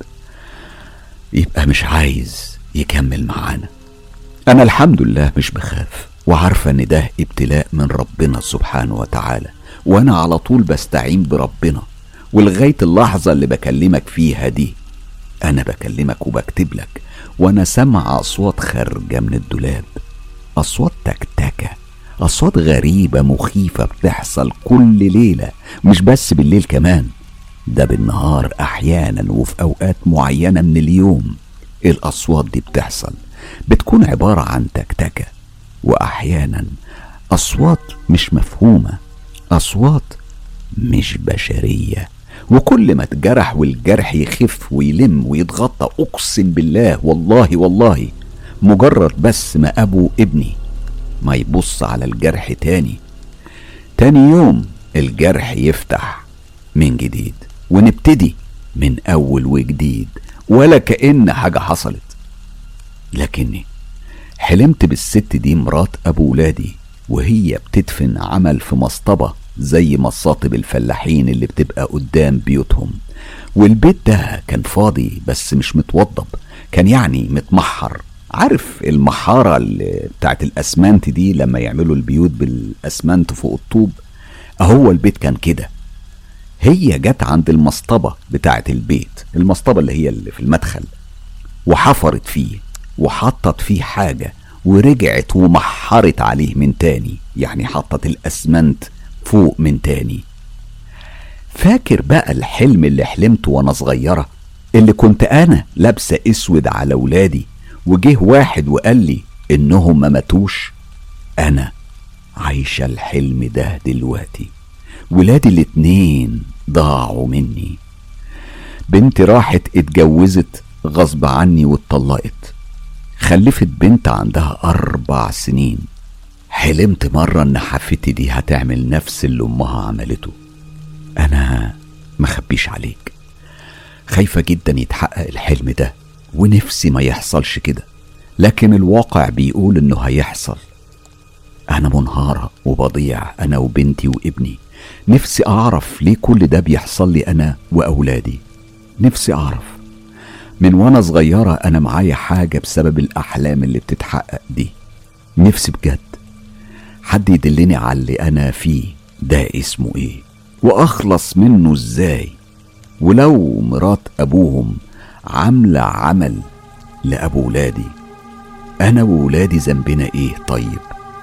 يبقى مش عايز يكمل معانا. انا الحمد لله مش بخاف، وعارفة ان ده ابتلاء من ربنا سبحانه وتعالى، وانا على طول بستعين بربنا. ولغاية اللحظة اللي بكلمك فيها دي، انا بكلمك وبكتب لك وانا سمع اصوات خارجة من الدولاب، اصوات تكتكة، اصوات غريبة مخيفة بتحصل كل ليلة، مش بس بالليل كمان، ده بالنهار احيانا وفي اوقات معينة من اليوم. الاصوات دي بتكون عبارة عن تكتكة، واحيانا اصوات مش مفهومة، اصوات مش بشرية. وكل ما اتجرح والجرح يخف ويلم ويتغطى، اقسم بالله والله مجرد بس ما ابو ابني ما يبص على الجرح تاني يوم الجرح يفتح من جديد، ونبتدي من اول وجديد، ولا كأن حاجة حصلت. لكني حلمت بالست دي مرات ابو ولادي وهي بتدفن عمل في مصطبة زي مصاطب الفلاحين اللي بتبقى قدام بيوتهم. والبيت ده كان فاضي بس مش متوضب، كان يعني متمحر. عارف المحارة اللي بتاعت الاسمنت دي لما يعملوا البيوت بالاسمنت فوق الطوب؟ هو البيت كان كده. هي جت عند المصطبة بتاعت البيت، المصطبة اللي هي اللي في المدخل، وحفرت فيه وحطت فيه حاجة، ورجعت ومحرت عليه من تاني، يعني حطت الاسمنت فوق من تاني. فاكر بقى الحلم اللي حلمته وانا صغيرة، اللي كنت انا لابسة اسود على ولادي، وجه واحد وقال لي انهم ما ماتوش؟ انا عايشة الحلم ده دلوقتي. ولادي الاتنين ضاعوا مني. بنتي راحت اتجوزت غصب عني واتطلقت، خلفت بنت عندها 4 سنين. حلمت مرة ان حفتي دي هتعمل نفس اللي امها عملته. انا مخبيش عليك، خايفة جدا يتحقق الحلم ده، ونفسي ما يحصلش كده، لكن الواقع بيقول انه هيحصل. انا منهارة وبضيع انا وبنتي وابني. نفسي اعرف ليه كل ده بيحصل لي انا واولادي. نفسي اعرف. من وانا صغيرة انا معايا حاجة بسبب الاحلام اللي بتتحقق دي. نفسي بجد حد يدلني على اللي انا فيه ده اسمه ايه، واخلص منه ازاي. ولو مرات ابوهم عاملة عمل لابو ولادي، انا وولادي ذنبنا ايه طيب؟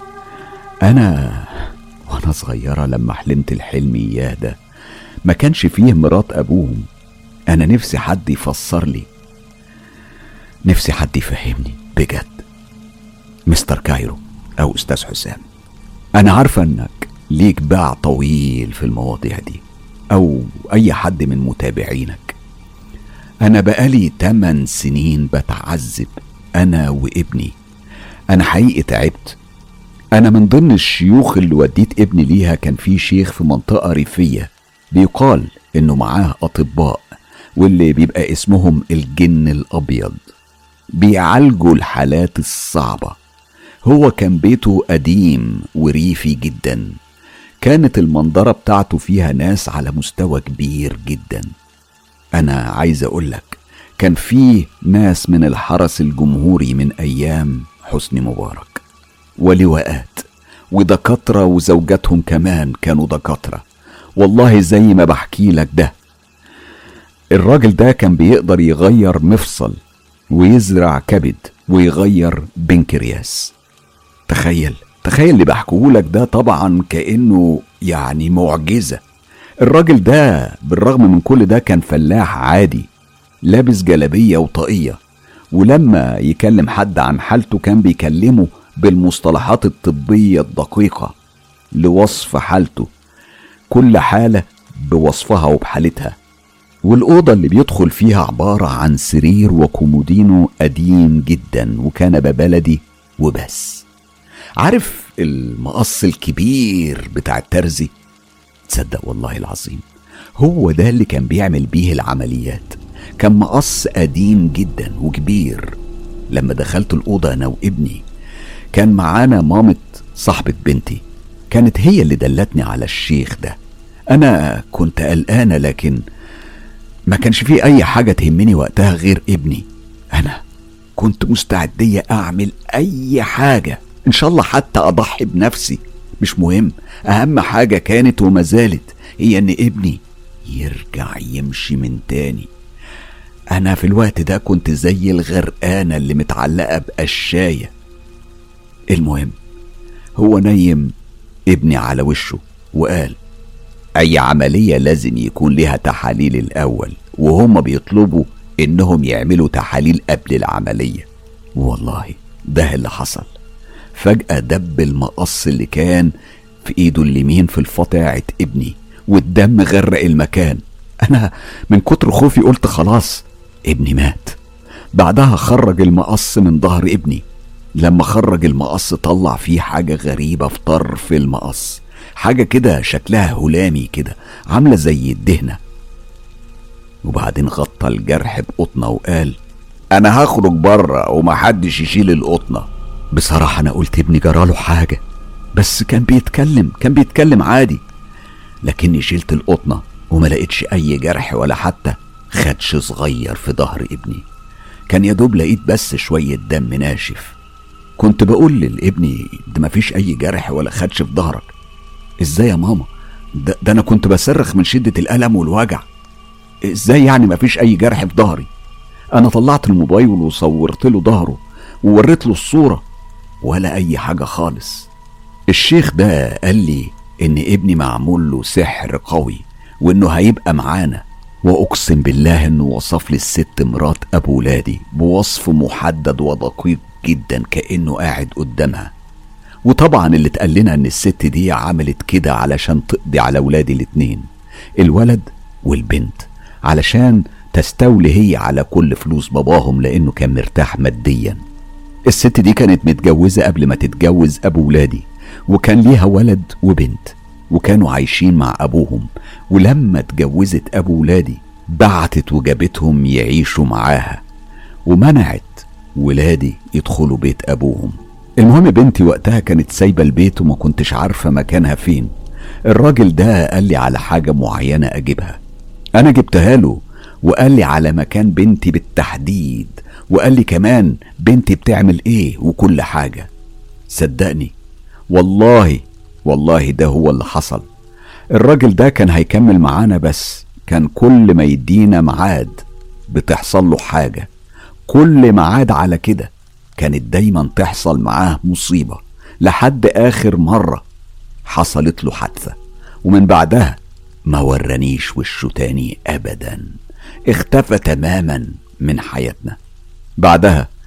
انا وانا صغيرة لما حلمت الحلم اياه ده ما كانش فيه مرات ابوهم. انا نفسي حد يفسر لي، نفسي حد يفهمني بجد. مستر كايرو او استاذ حسام، انا عارفة انك ليك باع طويل في المواضيع دي، او اي حد من متابعينك. انا بقالي 8 سنين بتعذب انا وابني. انا حقيقي تعبت. انا من ضمن الشيوخ اللي وديت ابني ليها كان في شيخ في منطقة ريفية بيقال انه معاه اطباء، واللي بيبقى اسمهم الجن الابيض، بيعالجوا الحالات الصعبة. هو كان بيته قديم وريفي جدا، كانت المنظرة بتاعته فيها ناس على مستوى كبير جدا. انا عايز اقولك كان فيه ناس من الحرس الجمهوري من ايام حسني مبارك، ولواءات ودكاترة، وزوجاتهم كمان كانوا دكاترة. والله زي ما بحكي لك ده، الراجل ده كان بيقدر يغير مفصل ويزرع كبد ويغير بنكرياس. تخيل اللي بحكيهولك ده، طبعا كأنه يعني معجزة. الراجل ده بالرغم من كل ده كان فلاح عادي، لابس جلابية وطاقية، ولما يكلم حد عن حالته كان بيكلمه بالمصطلحات الطبية الدقيقة لوصف حالته، كل حالة بوصفها وبحالتها. والأوضة اللي بيدخل فيها عبارة عن سرير وكومودينو قديم جدا وكنبة بلدي وبس. عارف المقص الكبير بتاع الترزي؟ تصدق والله العظيم هو ده اللي كان بيعمل بيه العمليات. كان مقص قديم جدا وكبير. لما دخلت الأوضة أنا وابني كان معانا مامة صاحبة بنتي، كانت هي اللي دلتني على الشيخ ده. أنا كنت قلقانة، لكن ما كانش فيه أي حاجة تهمني وقتها غير ابني. أنا كنت مستعدية أعمل أي حاجة، إن شاء الله حتى أضحي بنفسي، مش مهم. أهم حاجة كانت وما زالت هي إن ابني يرجع يمشي من تاني. أنا في الوقت ده كنت زي الغرقانة اللي متعلقة بقشاية. المهم هو نايم ابني على وشه وقال أي عملية لازم يكون لها تحاليل الأول، وهم بيطلبوا إنهم يعملوا تحاليل قبل العملية. والله ده اللي حصل. فجأة دب المقص اللي كان في ايده اليمين في الفطاعة ابني، والدم غرق المكان. انا من كتر خوفي قلت خلاص ابني مات. بعدها خرج المقص من ظهر ابني. لما خرج المقص طلع فيه حاجة غريبة في طرف المقص، حاجة كده شكلها هلامي كده عاملة زي الدهنة. وبعدين غطى الجرح بقطنة وقال انا هخرج بره ومحدش يشيل القطنة. بصراحة انا قلت ابني جراله حاجة، بس كان بيتكلم عادي. لكني شلت القطنة وما لقيتش اي جرح ولا حتى خدش صغير في ظهر ابني. كان يدوب لقيت بس شوية دم ناشف. كنت بقول لابني ده مفيش اي جرح ولا خدش في ظهرك. ازاي يا ماما؟ ده انا كنت بصرخ من شدة الألم والوجع. ازاي يعني مفيش اي جرح في ظهري؟ انا طلعت الموبايل وصورت له ظهره ووريت له الصورة، ولا اي حاجة خالص. الشيخ ده قال لي ان ابني معمول له سحر قوي وانه هيبقى معانا، واقسم بالله انه وصف لي الست مرات ابو ولادي بوصف محدد ودقيق جدا كأنه قاعد قدامها. وطبعا اللي اتقال لنا ان الست دي عملت كده علشان تقضي على ولادي الاتنين، الولد والبنت، علشان تستولي هي على كل فلوس باباهم لانه كان مرتاح ماديا. الست دي كانت متجوزة قبل ما تتجوز ابو ولادي، وكان ليها ولد وبنت، وكانوا عايشين مع ابوهم. ولما اتجوزت ابو ولادي بعتت وجابتهم يعيشوا معاها، ومنعت ولادي يدخلوا بيت ابوهم. المهم بنتي وقتها كانت سايبة البيت وما كنتش عارفة مكانها فين. الراجل ده قال لي على حاجة معينة اجيبها، انا جبتها له، وقال لي على مكان بنتي بالتحديد، وقال لي كمان بنتي بتعمل ايه وكل حاجة. صدقني والله ده هو اللي حصل. الراجل ده كان هيكمل معانا، بس كان كل ما يدينا ميعاد بتحصل له حاجة. كل ميعاد على كده كانت دايما تحصل معاه مصيبة، لحد آخر مرة حصلت له حادثة، ومن بعدها ما ورانيش وشه تاني أبدا. اختفى تماما من حياتنا. بعدها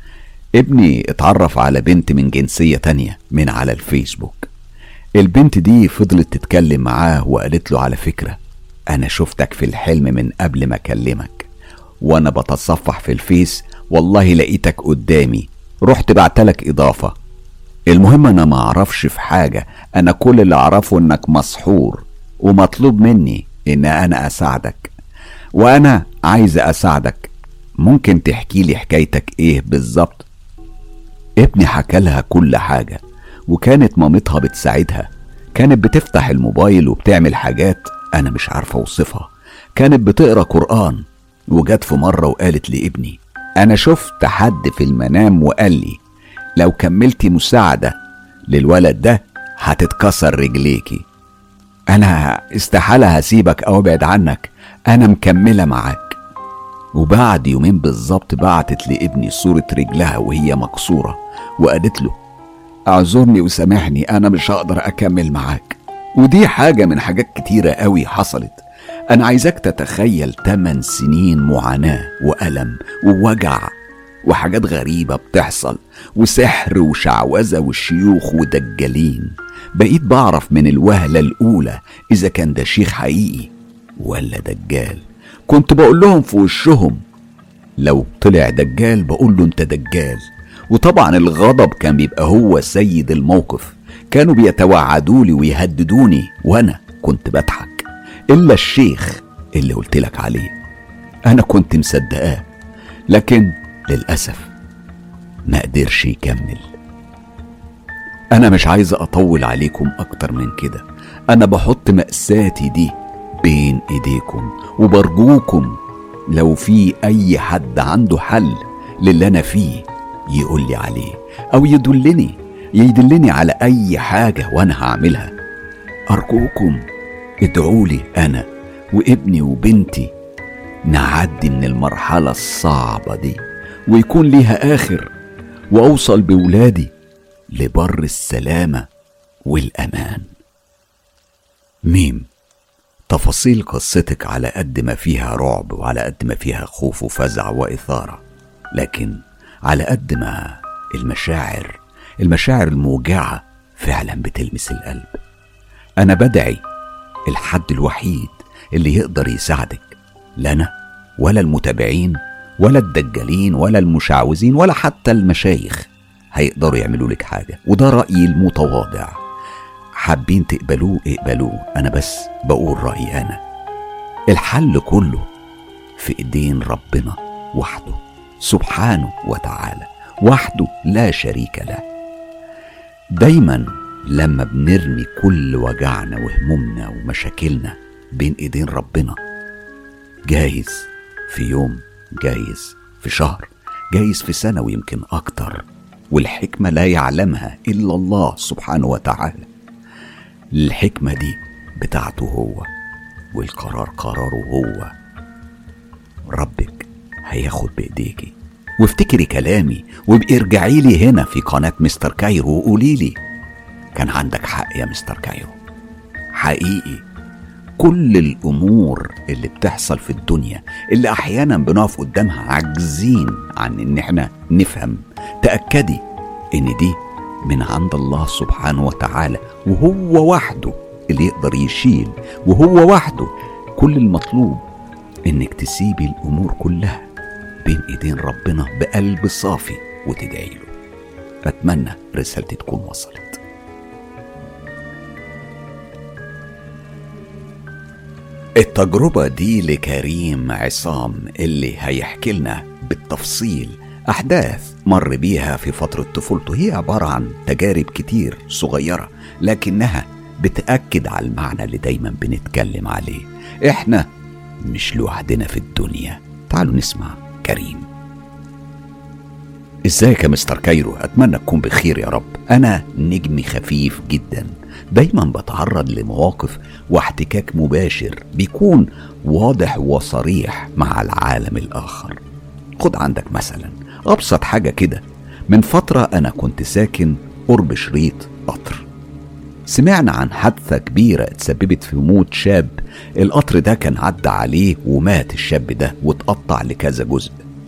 ابني اتعرف على بنت من جنسية تانية من على الفيسبوك. البنت دي فضلت تتكلم معاه وقالت له على فكرة أنا شفتك في الحلم من قبل ما أكلمك، وأنا بتصفح في الفيس والله لقيتك قدامي، رحت بعتلك إضافة. المهم أنا ما أعرفش في حاجة، أنا كل اللي أعرفه إنك مسحور ومطلوب مني إن أنا أساعدك، وأنا عايز أساعدك. ممكن تحكي لي حكايتك إيه بالظبط؟ ابني حكى لها كل حاجة، وكانت مامتها بتساعدها، كانت بتفتح الموبايل وبتعمل حاجات أنا مش عارفة أوصفها، كانت بتقرأ قرآن. وجت في مرة وقالت لابني أنا شفت حد في المنام وقال لي لو كملتي مساعدة للولد ده هتتكسر رجليكي. أنا استحالة هسيبك أو أبعد عنك، أنا مكملة معاك. وبعد يومين بالظبط بعتت لابني صورة رجلها وهي مكسورة، وقالت له اعذرني وسامحني أنا مش هقدر أكمل معاك. ودي حاجة من حاجات كتيرة قوي حصلت. أنا عايزك تتخيل 8 سنين معاناة وألم ووجع وحاجات غريبة بتحصل وسحر وشعوذة والشيوخ ودجالين. بقيت بعرف من الوهلة الأولى إذا كان ده شيخ حقيقي ولا دجال. كنت بقول لهم في وشهم لو طلع دجال بقول له انت دجال. وطبعا الغضب كان بيبقى هو سيد الموقف، كانوا بيتوعدولي ويهددوني وانا كنت بضحك. الا الشيخ اللي قلت لك عليه انا كنت مصدقاه، لكن للأسف ما قدرش يكمل. انا مش عايز اطول عليكم اكتر من كده، انا بحط مأساتي دي بين ايديكم وبرجوكم لو في اي حد عنده حل للي انا فيه يقول لي عليه او يدلني على اي حاجة وانا هعملها. ارجوكم ادعولي انا وابني وبنتي نعدي من المرحلة الصعبة دي ويكون ليها اخر، واوصل بولادي لبر السلامة والأمان. ميم. تفاصيل قصتك على قد ما فيها رعب وعلى قد ما فيها خوف وفزع وإثارة، لكن على قد ما المشاعر الموجعة فعلا بتلمس القلب. أنا بدعي الحد الوحيد اللي يقدر يساعدك، لنا ولا المتابعين ولا الدجالين ولا المشعوذين ولا حتى المشايخ هيقدروا يعملوا لك حاجة، وده رأيي المتواضع. حابين تقبلوه اقبلوه، أنا بس بقول رأيي أنا. الحل كله في إيدين ربنا وحده سبحانه وتعالى، وحده لا شريك له. دايما لما بنرمي كل وجعنا وهمومنا ومشاكلنا بين إيدين ربنا، جايز في يوم، جايز في شهر، جايز في سنة ويمكن أكتر، والحكمة لا يعلمها إلا الله سبحانه وتعالى. الحكمة دي بتاعته هو، والقرار قراره هو. ربك هياخد بإيديكي. وافتكري كلامي وابقي ارجعي لي هنا في قناة مستر كايرو وقولي لي كان عندك حق يا مستر كايرو. حقيقي كل الأمور اللي بتحصل في الدنيا اللي أحيانا بنقف قدامها عاجزين عن إن احنا نفهم، تأكدي إن دي من عند الله سبحانه وتعالى، وهو وحده اللي يقدر يشيل، وهو وحده. كل المطلوب إنك تسيبي الأمور كلها بين إيدين ربنا بقلب صافي وتدعي له. أتمنى رسالتي تكون وصلت. التجربة دي لكريم عصام اللي هيحكي لنا بالتفصيل أحداث مر بيها في فترة طفولته. هي عبارة عن تجارب كتير صغيرة لكنها بتأكد على المعنى اللي دايما بنتكلم عليه، إحنا مش لوحدنا في الدنيا. تعالوا نسمع كريم. ازيك يا مستر كايرو؟ أتمنى تكون بخير يا رب. أنا نجمي خفيف جدا، دايما بتعرض لمواقف واحتكاك مباشر بيكون واضح وصريح مع العالم الآخر. خد عندك مثلا أبسط حاجة كده. من فترة أنا كنت ساكن قرب شريط قطر، سمعنا عن حادثة كبيرة اتسببت في موت شاب. القطر ده كان عدى عليه ومات الشاب ده واتقطع لكذا جزء.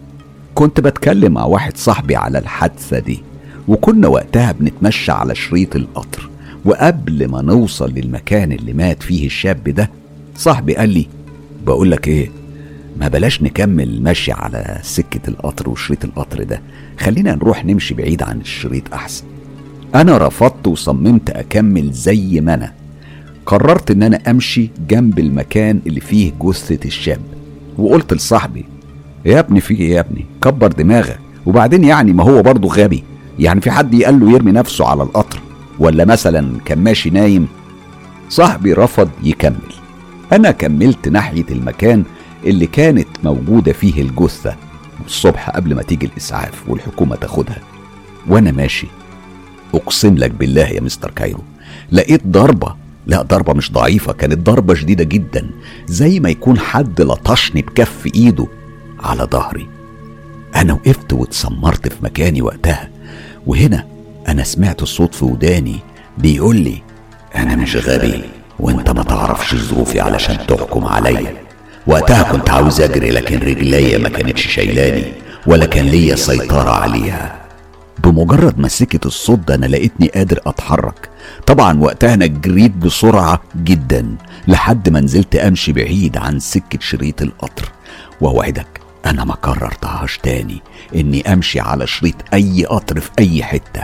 كنت بتكلم مع واحد صاحبي على الحادثة دي، وكنا وقتها بنتمشى على شريط القطر، وقبل ما نوصل للمكان اللي مات فيه الشاب ده صاحبي قال لي بقولك ايه، ما بلاش نكمل مشي على سكة القطر وشريط القطر ده، خلينا نروح نمشي بعيد عن الشريط احسن. انا رفضت وصممت اكمل زي ما انا. قررت ان انا امشي جنب المكان اللي فيه جثة الشاب، وقلت لصاحبي يا ابني في ايه يا ابني، كبر دماغك، وبعدين يعني ما هو برضه غبي، يعني في حد يقال له يرمي نفسه على القطر، ولا مثلا كان ماشي نايم؟ صاحبي رفض يكمل. انا كملت ناحية المكان اللي كانت موجودة فيه الجثة الصبح قبل ما تيجي الاسعاف والحكومة تاخدها. وانا ماشي اقسم لك بالله يا مستر كايرو لقيت ضربة، لا ضربة مش ضعيفة، كانت ضربة شديدة جدا، زي ما يكون حد لطشني بكف ايده على ظهري. انا وقفت واتسمرت في مكاني وقتها، وهنا انا سمعت الصوت في وداني بيقول لي انا مش غبي وانت ما تعرفش ظروفي علشان تحكم عليا. وقتها كنت عاوز اجري لكن رجليا ما كانتش شايلاني ولا كان ليا سيطرة عليها. بمجرد ما سكت الصوت ده انا لقيتني قادر اتحرك. طبعا وقتها انا جريت بسرعة جدا لحد ما نزلت امشي بعيد عن سكة شريط القطر، واوعدك انا ما كررتهاش تاني اني امشي على شريط اي قطر في اي حتة.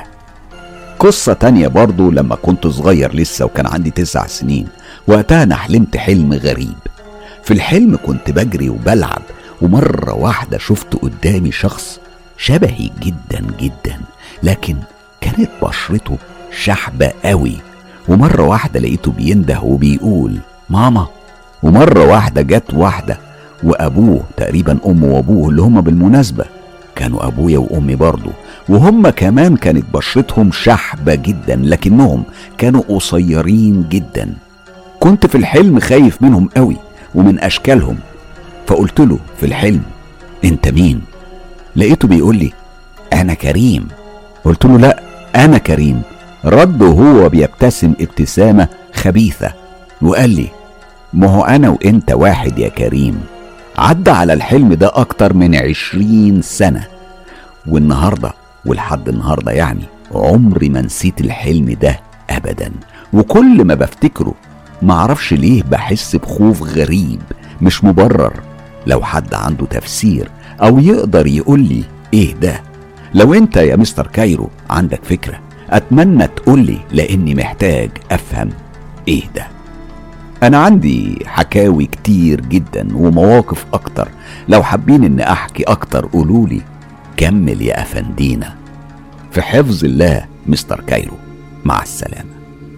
قصة تانية برضو لما كنت صغير لسه وكان عندي 9 سنين، وقتها انا حلمت حلم غريب. في الحلم كنت بجري وبلعب، ومرة واحدة شفت قدامي شخص شبهي جدا جدا، لكن كانت بشرته شحبة قوي، ومرة واحدة لقيته بينده وبيقول ماما. ومرة واحدة جت واحدة وابوه، تقريبا امه وابوه اللي هم بالمناسبة كانوا ابويا وامي برضو، وهم كمان كانت بشرتهم شحبة جدا لكنهم كانوا قصيرين جدا. كنت في الحلم خايف منهم قوي ومن اشكالهم، فقلت له في الحلم انت مين؟ لقيته بيقول لي انا كريم. قلت له لا انا كريم. رد وهو بيبتسم ابتسامة خبيثة وقال لي ما هو انا وانت واحد يا كريم. عدى على الحلم ده اكتر من 20 سنة، والنهاردة ولحد النهاردة يعني عمري ما نسيت الحلم ده ابدا، وكل ما بفتكره معرفش ليه بحس بخوف غريب مش مبرر. لو حد عنده تفسير او يقدر يقول لي ايه ده، لو انت يا مستر كايرو عندك فكرة اتمنى تقولي، لاني محتاج افهم ايه ده. انا عندي حكاوي كتير جدا ومواقف اكتر، لو حابين ان احكي اكتر قولولي. كمل يا افندينا. في حفظ الله مستر كايرو، مع السلامة.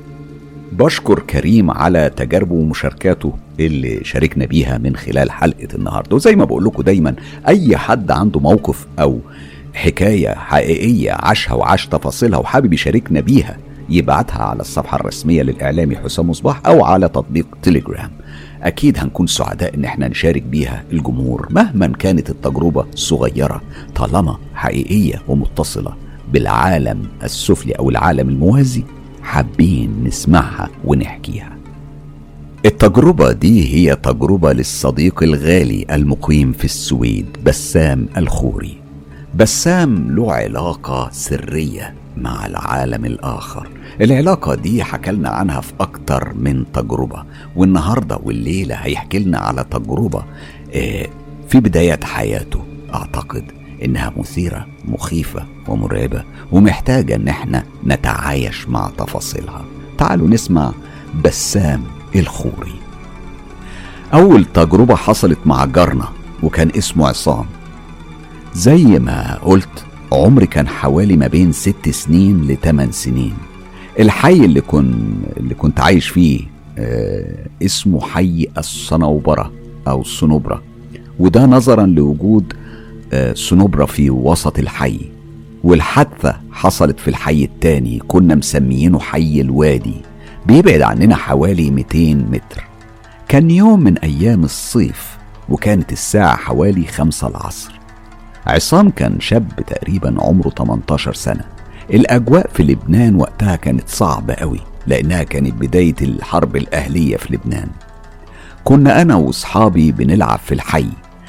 بشكر كريم على تجاربه ومشاركاته اللي شاركنا بيها من خلال حلقة النهاردة. وزي ما بقول لكم دايما اي حد عنده موقف او حكاية حقيقية عاشها وعاش تفاصيلها وحابب يشاركنا بيها يبعتها على الصفحة الرسمية للإعلامي حسام مصباح أو على تطبيق تيليجرام. أكيد هنكون سعداء إن احنا نشارك بيها الجمهور مهما كانت التجربة صغيرة، طالما حقيقية ومتصلة بالعالم السفلي أو العالم الموازي حابين نسمعها ونحكيها. التجربة دي هي تجربة للصديق الغالي المقيم في السويد بسام الخوري. بسام له علاقة سرية مع العالم الآخر. العلاقة دي حكالنا عنها في أكتر من تجربة، والنهاردة والليلة هيحكي لنا على تجربة في بداية حياته أعتقد إنها مثيرة مخيفة ومرعبة ومحتاجة إن احنا نتعايش مع تفاصيلها. تعالوا نسمع بسام الخوري. أول تجربة حصلت مع جارنا وكان اسمه عصام. زي ما قلت عمري كان حوالي ما بين 6 سنين ل8 سنين. الحي اللي كنت عايش فيه اسمه حي الصنوبرة أو الصنوبرة، وده نظرا لوجود صنوبرة في وسط الحي. والحادثة حصلت في الحي التاني كنا مسميينه حي الوادي، بيبعد عننا حوالي 200 متر. كان يوم من أيام الصيف وكانت الساعة حوالي 5 العصر. عصام كان شاب تقريبا عمره 18 سنة. الأجواء في لبنان وقتها كانت صعبة قوي لأنها كانت بداية الحرب الأهلية في لبنان. كنا أنا وأصحابي بنلعب في الحي،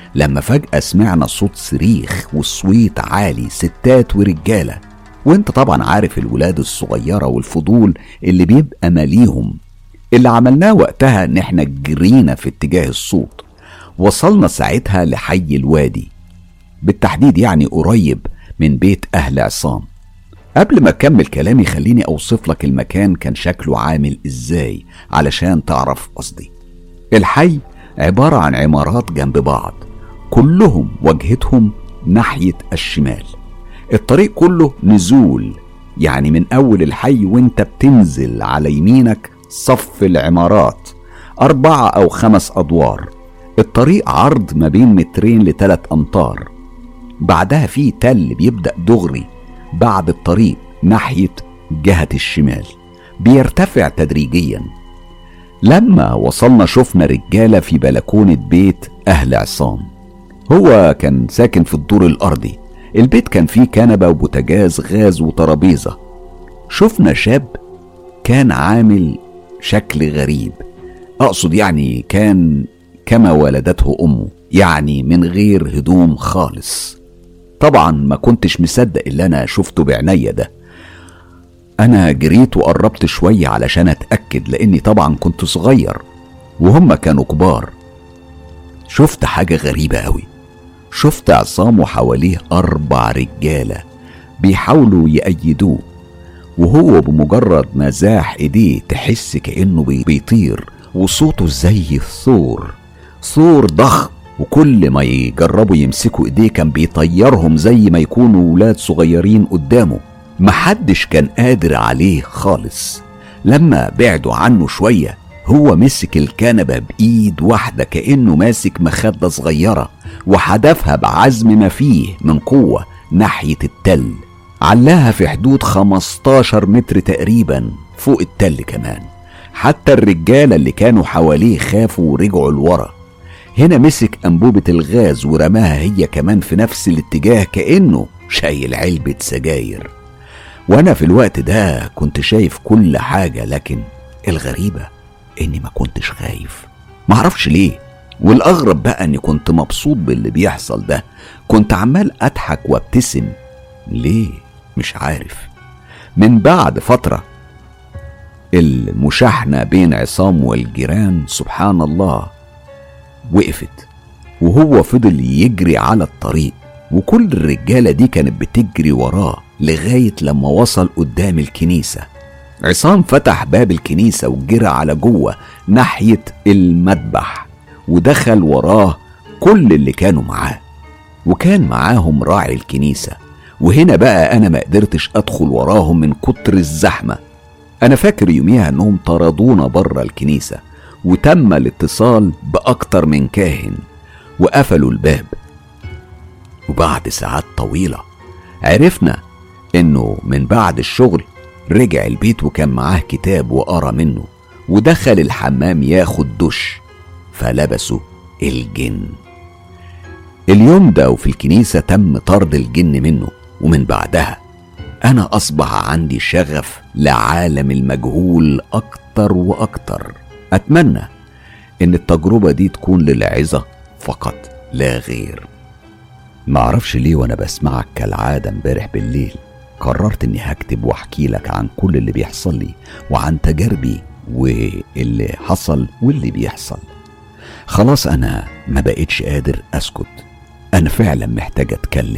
لما فجأة سمعنا صوت صريخ والصويت عالي، ستات ورجالة. وانت طبعا عارف الولاد الصغيرة والفضول اللي بيبقى ماليهم. اللي عملناه وقتها ان احنا جرينا في اتجاه الصوت. وصلنا ساعتها لحي الوادي، بالتحديد يعني قريب من بيت اهل عصام. قبل ما اكمل كلامي خليني اوصف لك المكان كان شكله عامل ازاي علشان تعرف قصدي. الحي عبارة عن عمارات جنب بعض، كلهم وجهتهم ناحية الشمال. الطريق كله نزول، يعني من اول الحي وانت بتنزل على يمينك صف العمارات 4 أو 5 أدوار. الطريق عرض ما بين 2 ل3 أمتار. بعدها في تل بيبدأ دغري بعد الطريق ناحية جهة الشمال، بيرتفع تدريجيا. لما وصلنا شفنا رجالة في بلكونة بيت أهل عصام. هو كان ساكن في الدور الأرضي. البيت كان فيه كنبة وبوتاجاز غاز وترابيزة. شفنا شاب كان عامل شكل غريب، أقصد يعني كان كما ولدته أمه، يعني من غير هدوم خالص. طبعا ما كنتش مصدق اللي أنا شفته بعناية ده. أنا جريت وقربت شوية علشان أتأكد، لأني طبعا كنت صغير وهم كانوا كبار. شفت حاجة غريبة قوي. شفت عصام وحواليه 4 رجالة بيحاولوا يأيدوه، وهو بمجرد ما زاح ايديه تحس كأنه بيطير، وصوته زي الثور، ثور ضخم. وكل ما يجربوا يمسكوا ايديه كان بيطيرهم زي ما يكونوا ولاد صغيرين قدامه. محدش كان قادر عليه خالص. لما بعدوا عنه شوية هو مسك الكنبة بإيد واحدة كأنه ماسك مخدة صغيرة، وحدفها بعزم ما فيه من قوة ناحية التل. علاها في حدود 15 متر تقريبا فوق التل كمان. حتى الرجالة اللي كانوا حواليه خافوا ورجعوا لورا. هنا مسك أنبوبة الغاز ورماها هي كمان في نفس الاتجاه كأنه شايل علبة سجاير. وانا في الوقت ده كنت شايف كل حاجة، لكن الغريبة اني ما كنتش خايف، معرفش ليه. والاغرب بقى اني كنت مبسوط باللي بيحصل ده. كنت عمال اضحك وابتسم. ليه؟ مش عارف. من بعد فترة المشاحنة بين عصام والجيران سبحان الله وقفت، وهو فضل يجري على الطريق، وكل الرجالة دي كانت بتجري وراه لغاية لما وصل قدام الكنيسة. عصام فتح باب الكنيسة وجرى على جوه ناحية المذبح، ودخل وراه كل اللي كانوا معاه، وكان معاهم راعي الكنيسة. وهنا بقى أنا ما قدرتش أدخل وراهم من كتر الزحمة. أنا فاكر يوميها أنهم طردونا بره الكنيسة، وتم الاتصال بأكتر من كاهن وقفلوا الباب. وبعد ساعات طويلة عرفنا انه من بعد الشغل رجع البيت وكان معاه كتاب وقرا منه، ودخل الحمام ياخد دش، فلبسوا الجن. اليوم ده وفي الكنيسة تم طرد الجن منه. ومن بعدها انا اصبح عندي شغف لعالم المجهول اكتر واكتر. اتمنى ان التجربة دي تكون للعظة فقط لا غير. معرفش ليه وانا بسمعك كالعادة امبارح بالليل قررت اني هكتب واحكي لك عن كل اللي بيحصل لي، وعن تجاربي واللي حصل واللي بيحصل. خلاص انا ما بقيتش قادر اسكت. انا فعلا محتاج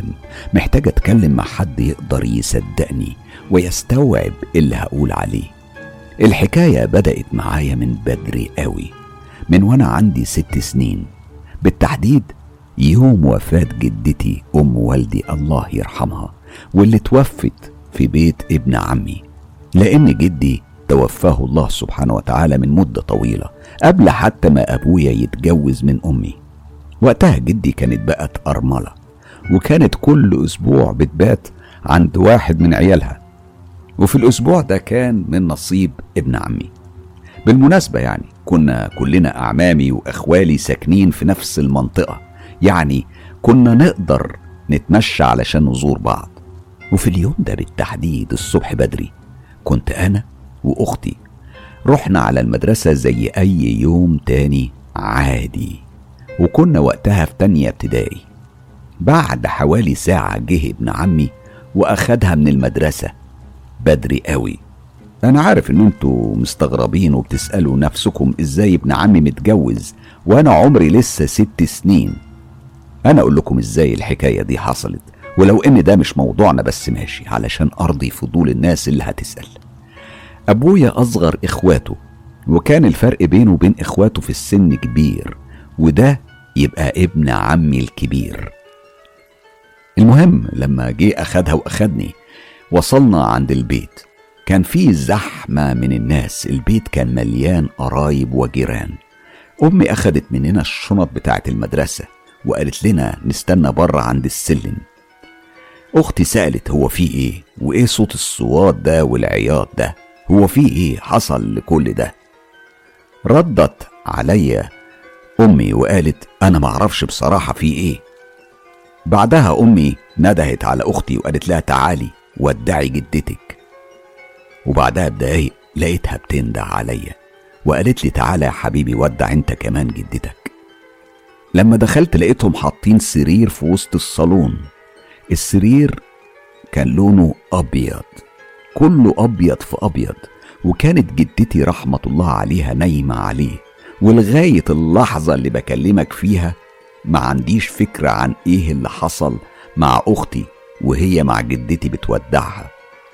اتكلم مع حد يقدر يصدقني ويستوعب اللي هقول عليه. الحكاية بدأت معايا من بدري قوي، من وانا عندي 6 سنين بالتحديد، يوم وفاة جدتي أم والدي الله يرحمها، واللي توفت في بيت ابن عمي، لأن جدي توفاه الله سبحانه وتعالى من مدة طويلة قبل حتى ما أبويا يتجوز من أمي. وقتها جدي كانت بقت أرملة، وكانت كل أسبوع بتبات عند واحد من عيالها، وفي الأسبوع ده كان من نصيب ابن عمي. بالمناسبة يعني كنا كلنا أعمامي وأخوالي ساكنين في نفس المنطقة، يعني كنا نقدر نتمشى علشان نزور بعض. وفي اليوم ده بالتحديد الصبح بدري كنت أنا وأختي رحنا على المدرسة زي أي يوم تاني عادي. وكنا وقتها في تانية ابتدائي. بعد حوالي ساعة جه ابن عمي واخدها من المدرسة بدري قوي. انا عارف ان انتوا مستغربين وبتسألوا نفسكم ازاي ابن عمي متجوز وانا عمري لسه 6 سنين. انا اقول لكم ازاي الحكاية دي حصلت، ولو ان ده مش موضوعنا بس ماشي علشان ارضي فضول الناس اللي هتسأل. ابويا اصغر اخواته، وكان الفرق بينه وبين اخواته في السن كبير، وده يبقى ابن عمي الكبير. المهم لما جه اخدها واخدني وصلنا عند البيت، كان فيه زحمة من الناس، البيت كان مليان قرايب وجيران. امي اخدت مننا الشنط بتاعت المدرسة وقالت لنا نستنى بره عند السلم. اختي سألت هو فيه ايه، وايه صوت الصوات ده والعياط ده، هو فيه ايه حصل لكل ده؟ ردت عليا امي وقالت انا معرفش بصراحة فيه ايه. بعدها امي ندهت على اختي وقالت لها تعالي ودعي جدتك. وبعدها بدقايق لقيتها بتنده عليا وقالت لي تعالى يا حبيبي ودع انت كمان جدتك. لما دخلت لقيتهم حاطين سرير في وسط الصالون. السرير كان لونه ابيض، كله ابيض في ابيض، وكانت جدتي رحمة الله عليها نايمة عليه. ولغاية اللحظة اللي بكلمك فيها ما عنديش فكرة عن ايه اللي حصل مع اختي وهي مع جدتي بتودعها.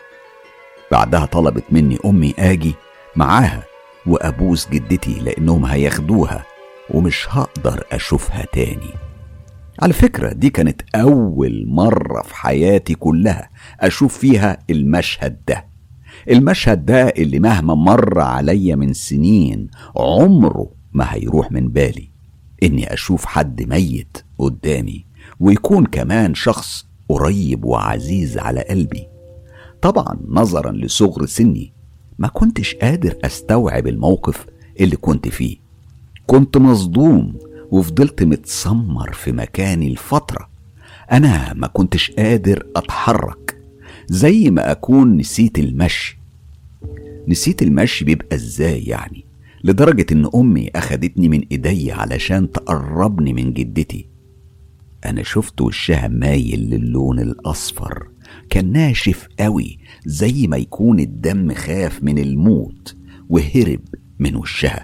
بعدها طلبت مني امي اجي معاها وابوس جدتي لانهم هياخدوها ومش هقدر اشوفها تاني. على فكرة دي كانت اول مرة في حياتي كلها اشوف فيها المشهد ده. المشهد ده اللي مهما مر عليا من سنين عمره ما هيروح من بالي، اني اشوف حد ميت قدامي ويكون كمان شخص قريب وعزيز على قلبي. طبعا نظرا لصغر سني ما كنتش قادر استوعب الموقف اللي كنت فيه. كنت مصدوم وفضلت متسمر في مكاني لفترة. انا ما كنتش قادر اتحرك، زي ما اكون نسيت المشي. نسيت المشي بيبقى ازاي يعني؟ لدرجة ان امي اخدتني من ايدي علشان تقربني من جدتي. انا شفت وشها مايل للون الاصفر، كان ناشف قوي زي ما يكون الدم خاف من الموت وهرب من وشها.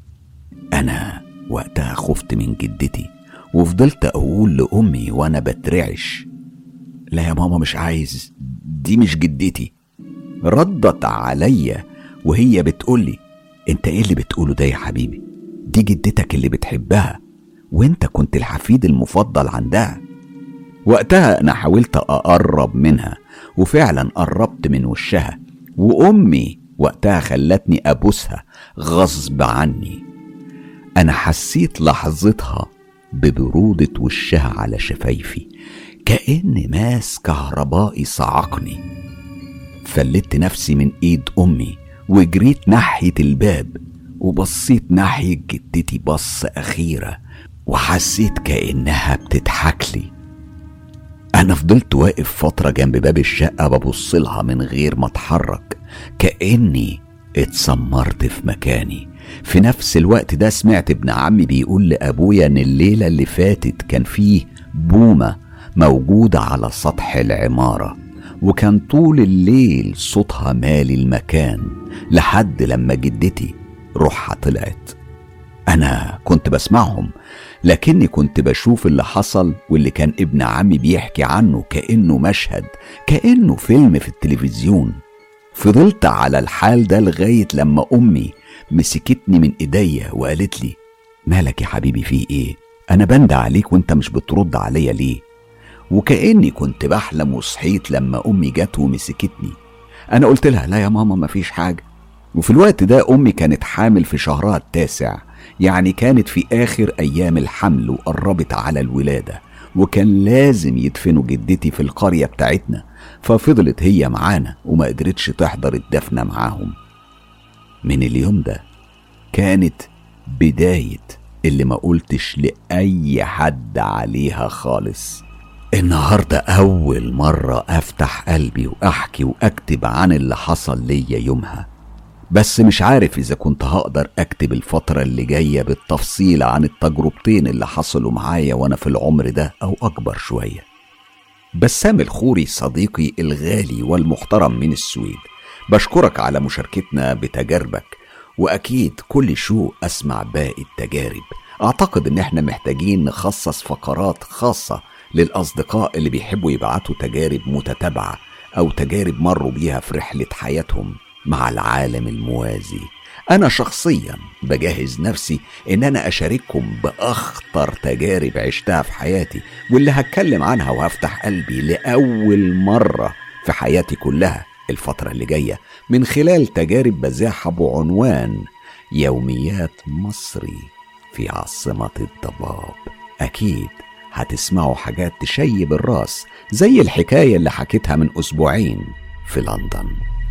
انا وقتها خفت من جدتي وفضلت اقول لامي وانا بترعش لا يا ماما مش عايز، دي مش جدتي. ردت عليا وهي بتقولي انت ايه اللي بتقوله ده يا حبيبي، دي جدتك اللي بتحبها وانت كنت الحفيد المفضل عندها. وقتها انا حاولت اقرب منها وفعلا قربت من وشها، وامي وقتها خلتني ابوسها غصب عني. انا حسيت لحظتها ببرودة وشها على شفايفي كأن ماس كهربائي صعقني. فلت نفسي من ايد امي وجريت ناحية الباب وبصيت ناحية جدتي بصة اخيرة وحسيت كأنها بتضحك لي. انا فضلت واقف فترة جنب باب الشقة ببصلها من غير ما اتحرك كأني اتسمرت في مكاني. في نفس الوقت ده سمعت ابن عمي بيقول لأبويا ان الليلة اللي فاتت كان فيه بومة موجودة على سطح العمارة، وكان طول الليل صوتها مالي المكان لحد لما جدتي روحها طلعت. انا كنت بسمعهم لكني كنت بشوف اللي حصل واللي كان ابن عمي بيحكي عنه كأنه مشهد، كأنه فيلم في التلفزيون. فضلت على الحال ده لغاية لما امي مسكتني من ايديا وقالت لي مالك يا حبيبي في ايه، انا بندى عليك وانت مش بترد عليا ليه؟ وكأني كنت بحلم وصحيت لما امي جت ومسكتني. انا قلت لها لا يا ماما مفيش حاجة. وفي الوقت ده امي كانت حامل في شهرها التاسع، يعني كانت في اخر ايام الحمل وقربت على الولادة، وكان لازم يدفنوا جدتي في القرية بتاعتنا، ففضلت هي معانا وما قدرتش تحضر الدفنة معاهم. من اليوم ده كانت بداية اللي ما قلتش لأي حد عليها خالص. النهاردة أول مرة أفتح قلبي وأحكي وأكتب عن اللي حصل ليا يومها. بس مش عارف إذا كنت هقدر أكتب الفترة اللي جاية بالتفصيل عن التجربتين اللي حصلوا معايا وأنا في العمر ده أو أكبر شوية. بسام الخوري صديقي الغالي والمحترم من السويد، بشكرك على مشاركتنا بتجاربك، وأكيد كل شوق أسمع باقي التجارب. أعتقد إن إحنا محتاجين نخصص فقرات خاصة للأصدقاء اللي بيحبوا يبعتوا تجارب متتابعة أو تجارب مروا بيها في رحلة حياتهم مع العالم الموازي. أنا شخصيا بجهز نفسي إن أنا أشارككم بأخطر تجارب عشتها في حياتي، واللي هتكلم عنها وهفتح قلبي لأول مرة في حياتي كلها الفترة اللي جاية من خلال تجارب بزاحة بعنوان يوميات مصري في عاصمة الضباب. أكيد هتسمعوا حاجات تشيب الراس زي الحكاية اللي حكيتها من أسبوعين في لندن.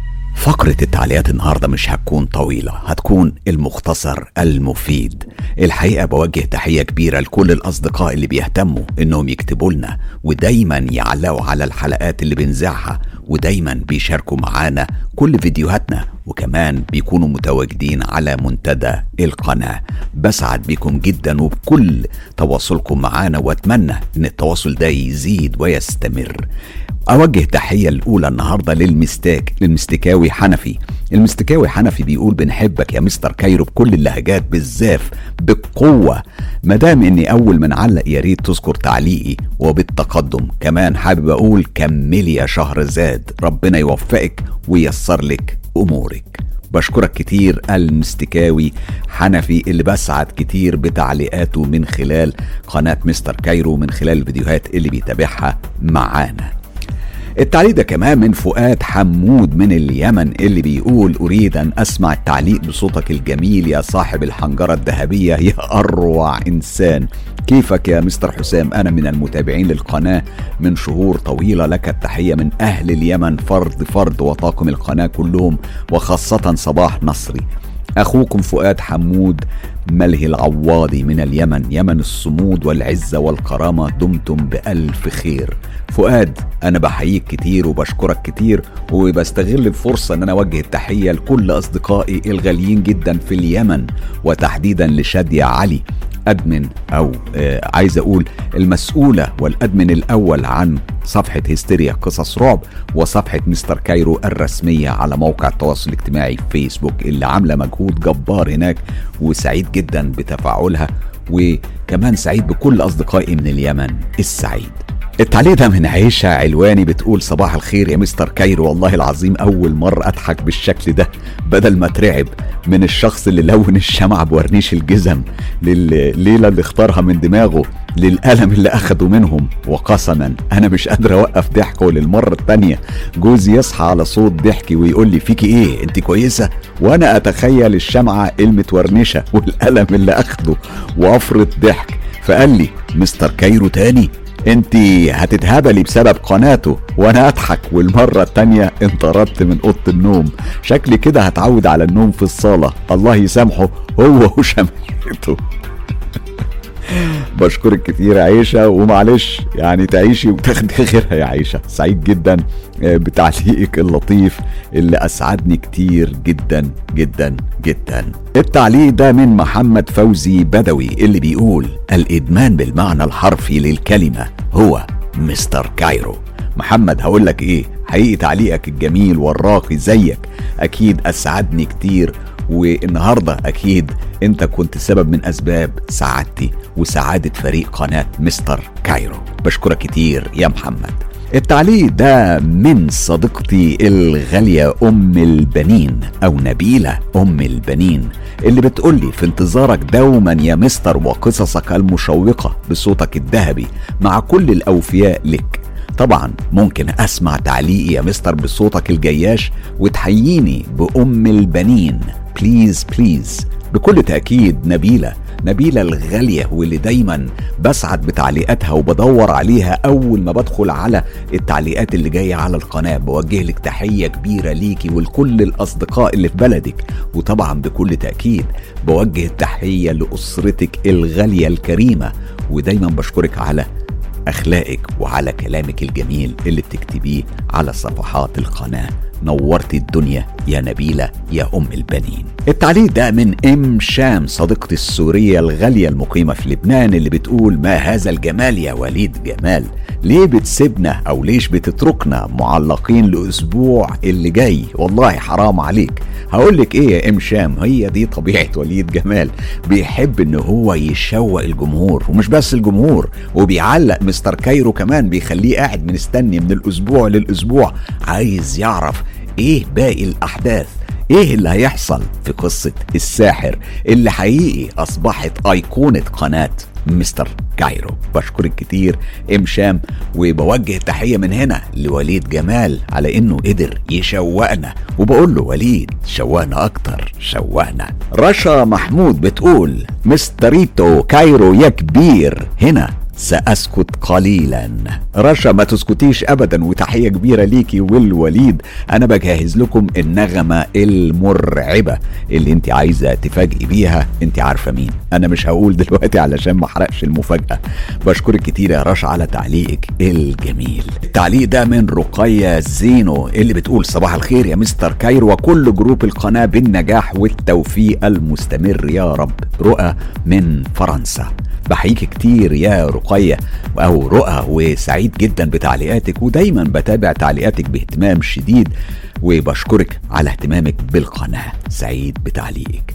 فقرة التعليقات النهاردة مش هتكون طويلة، هتكون المختصر المفيد. الحقيقة بوجه تحية كبيرة لكل الأصدقاء اللي بيهتموا إنهم يكتبوا لنا ودايما يعلقوا على الحلقات اللي بنذاعها، ودايما بيشاركوا معانا كل فيديوهاتنا، وكمان بيكونوا متواجدين على منتدى القناة. بسعد بكم جدا وبكل تواصلكم معانا، واتمنى ان التواصل ده يزيد ويستمر. اوجه تحية الاولى النهاردة للمستكاوي حنفي. المستكاوي حنفي بيقول بنحبك يا مستر كايرو بكل اللهجات بالزاف بقوة. مدام اني اول من علق يا ريت تذكر تعليقي وبالتقدم. كمان حابب اقول كملي يا شهرزاد، ربنا يوفقك وييسر لك امورك. بشكرك كتير المستكاوي حنفي اللي بسعد كتير بتعليقاته من خلال قناة مستر كايرو، من خلال الفيديوهات اللي بيتابعها معانا. التعليق ده كمان من فؤاد حمود من اليمن اللي بيقول أريد أن أسمع التعليق بصوتك الجميل يا صاحب الحنجرة الذهبية يا أروع إنسان. كيفك يا مستر حسام؟ أنا من المتابعين للقناة من شهور طويلة، لك التحية من أهل اليمن فرد فرد وطاقم القناة كلهم، وخاصة صباح نصري. أخوكم فؤاد حمود ملهي العواضي من اليمن، يمن الصمود والعزة والكرامة، دمتم بألف خير. فؤاد أنا بحييك كتير وبشكرك كتير، وبستغل الفرصة أن أنا أوجه التحية لكل أصدقائي الغاليين جدا في اليمن، وتحديدا لشادية علي أدمن أو عايز أقول المسؤولة والأدمن الأول عن صفحة هستيريا قصص رعب وصفحة مستر كايرو الرسمية على موقع التواصل الاجتماعي فيسبوك، اللي عاملة مجهود جبار هناك، وسعيد جدا بتفاعلها، وكمان سعيد بكل أصدقائي من اليمن السعيد. التعليق ده من عيشة علواني بتقول صباح الخير يا مستر كايرو، والله العظيم أول مرة أضحك بالشكل ده بدل ما اترعب من الشخص اللي لون الشمع بورنيش الجزم، لليلة اللي اختارها من دماغه، للألم اللي أخده منهم. وقسما أنا مش قادر أوقف ضحكه، للمرة التانية جوزي يصحى على صوت ضحكي ويقول لي فيكي إيه أنت كويسة، وأنا أتخيل الشمعة المتورنشة والألم اللي أخده وأفرط ضحك. فقال لي مستر كايرو تاني انت هتتهبلي بسبب قناته، وانا اضحك، والمرة التانية انطردت من اوضة النوم. شكلي كده هتعود على النوم في الصالة، الله يسامحه هو وشمعته. بشكرك كتير يا عيشة، ومعلش يعني تعيشي وتاخدي غيرها يا عيشة. سعيد جدا بتعليقك اللطيف اللي أسعدني كتير جدا جدا جدا. التعليق ده من محمد فوزي بدوي اللي بيقول الإدمان بالمعنى الحرفي للكلمة هو مستر كايرو. محمد هقولك ايه، حقيقي تعليقك الجميل والراقي زيك أكيد أسعدني كتير، والنهاردة أكيد أنت كنت سبب من أسباب سعادتي وسعادة فريق قناة مستر كايرو. بشكرك كتير يا محمد. التعليق ده من صديقتي الغالية أم البنين أو نبيلة أم البنين اللي بتقولي في انتظارك دوما يا مستر وقصصك المشوقة بصوتك الذهبي مع كل الأوفياء لك. طبعا ممكن أسمع تعليقي يا مستر بصوتك الجياش وتحييني بأم البنين بليز بليز. بكل تأكيد نبيلة الغالية واللي دايما بسعد بتعليقاتها وبدور عليها أول ما بدخل على التعليقات اللي جاية على القناة. بوجه لك تحية كبيرة ليكي ولكل الأصدقاء اللي في بلدك، وطبعا بكل تأكيد بوجه التحية لأسرتك الغالية الكريمة، ودايما بشكرك على أخلاقك وعلى كلامك الجميل اللي بتكتبيه على صفحات القناة نورت الدنيا يا نبيلة يا أم البنين. التعليق ده من شام صديقتي السورية الغالية المقيمة في لبنان، اللي بتقول: ما هذا الجمال يا وليد جمال، ليه بتسيبنا أو ليش بتتركنا معلقين لأسبوع اللي جاي؟ والله حرام عليك. هقولك إيه يا شام، هي دي طبيعة وليد جمال، بيحب إن هو يشوق الجمهور، ومش بس الجمهور، وبيعلق مستر كايرو كمان، بيخليه قاعد مستني من الأسبوع للأسبوع، عايز يعرف إيه باقي الأحداث، ايه اللي هيحصل في قصة الساحر اللي حقيقي اصبحت ايقونة قناة مستر كايرو. بشكرك كتير شام، وبوجه تحية من هنا لوليد جمال على انه قدر يشوقنا، وبقول له: وليد شوقنا اكتر، شوقنا. رشا محمود بتقول: مستريتو كايرو يا كبير، هنا سأسكت قليلا. رشا ما تسكتيش ابدا، وتحية كبيرة ليكي والوليد. انا بجهز لكم النغمة المرعبة اللي انت عايزة تفاجئي بيها، انت عارفة مين. انا مش هقول دلوقتي علشان ما احرقش المفاجأة. بشكرك كتير يا رشا على تعليقك الجميل. التعليق ده من رقية زينو اللي بتقول: صباح الخير يا مستر كايرو وكل جروب القناة، بالنجاح والتوفيق المستمر يا رب. رؤى من فرنسا. بحييك كتير يا رقية أو رؤى، وسعيد جدا بتعليقاتك، ودايما بتابع تعليقاتك باهتمام شديد، وبشكرك على اهتمامك بالقناة. سعيد بتعليقك.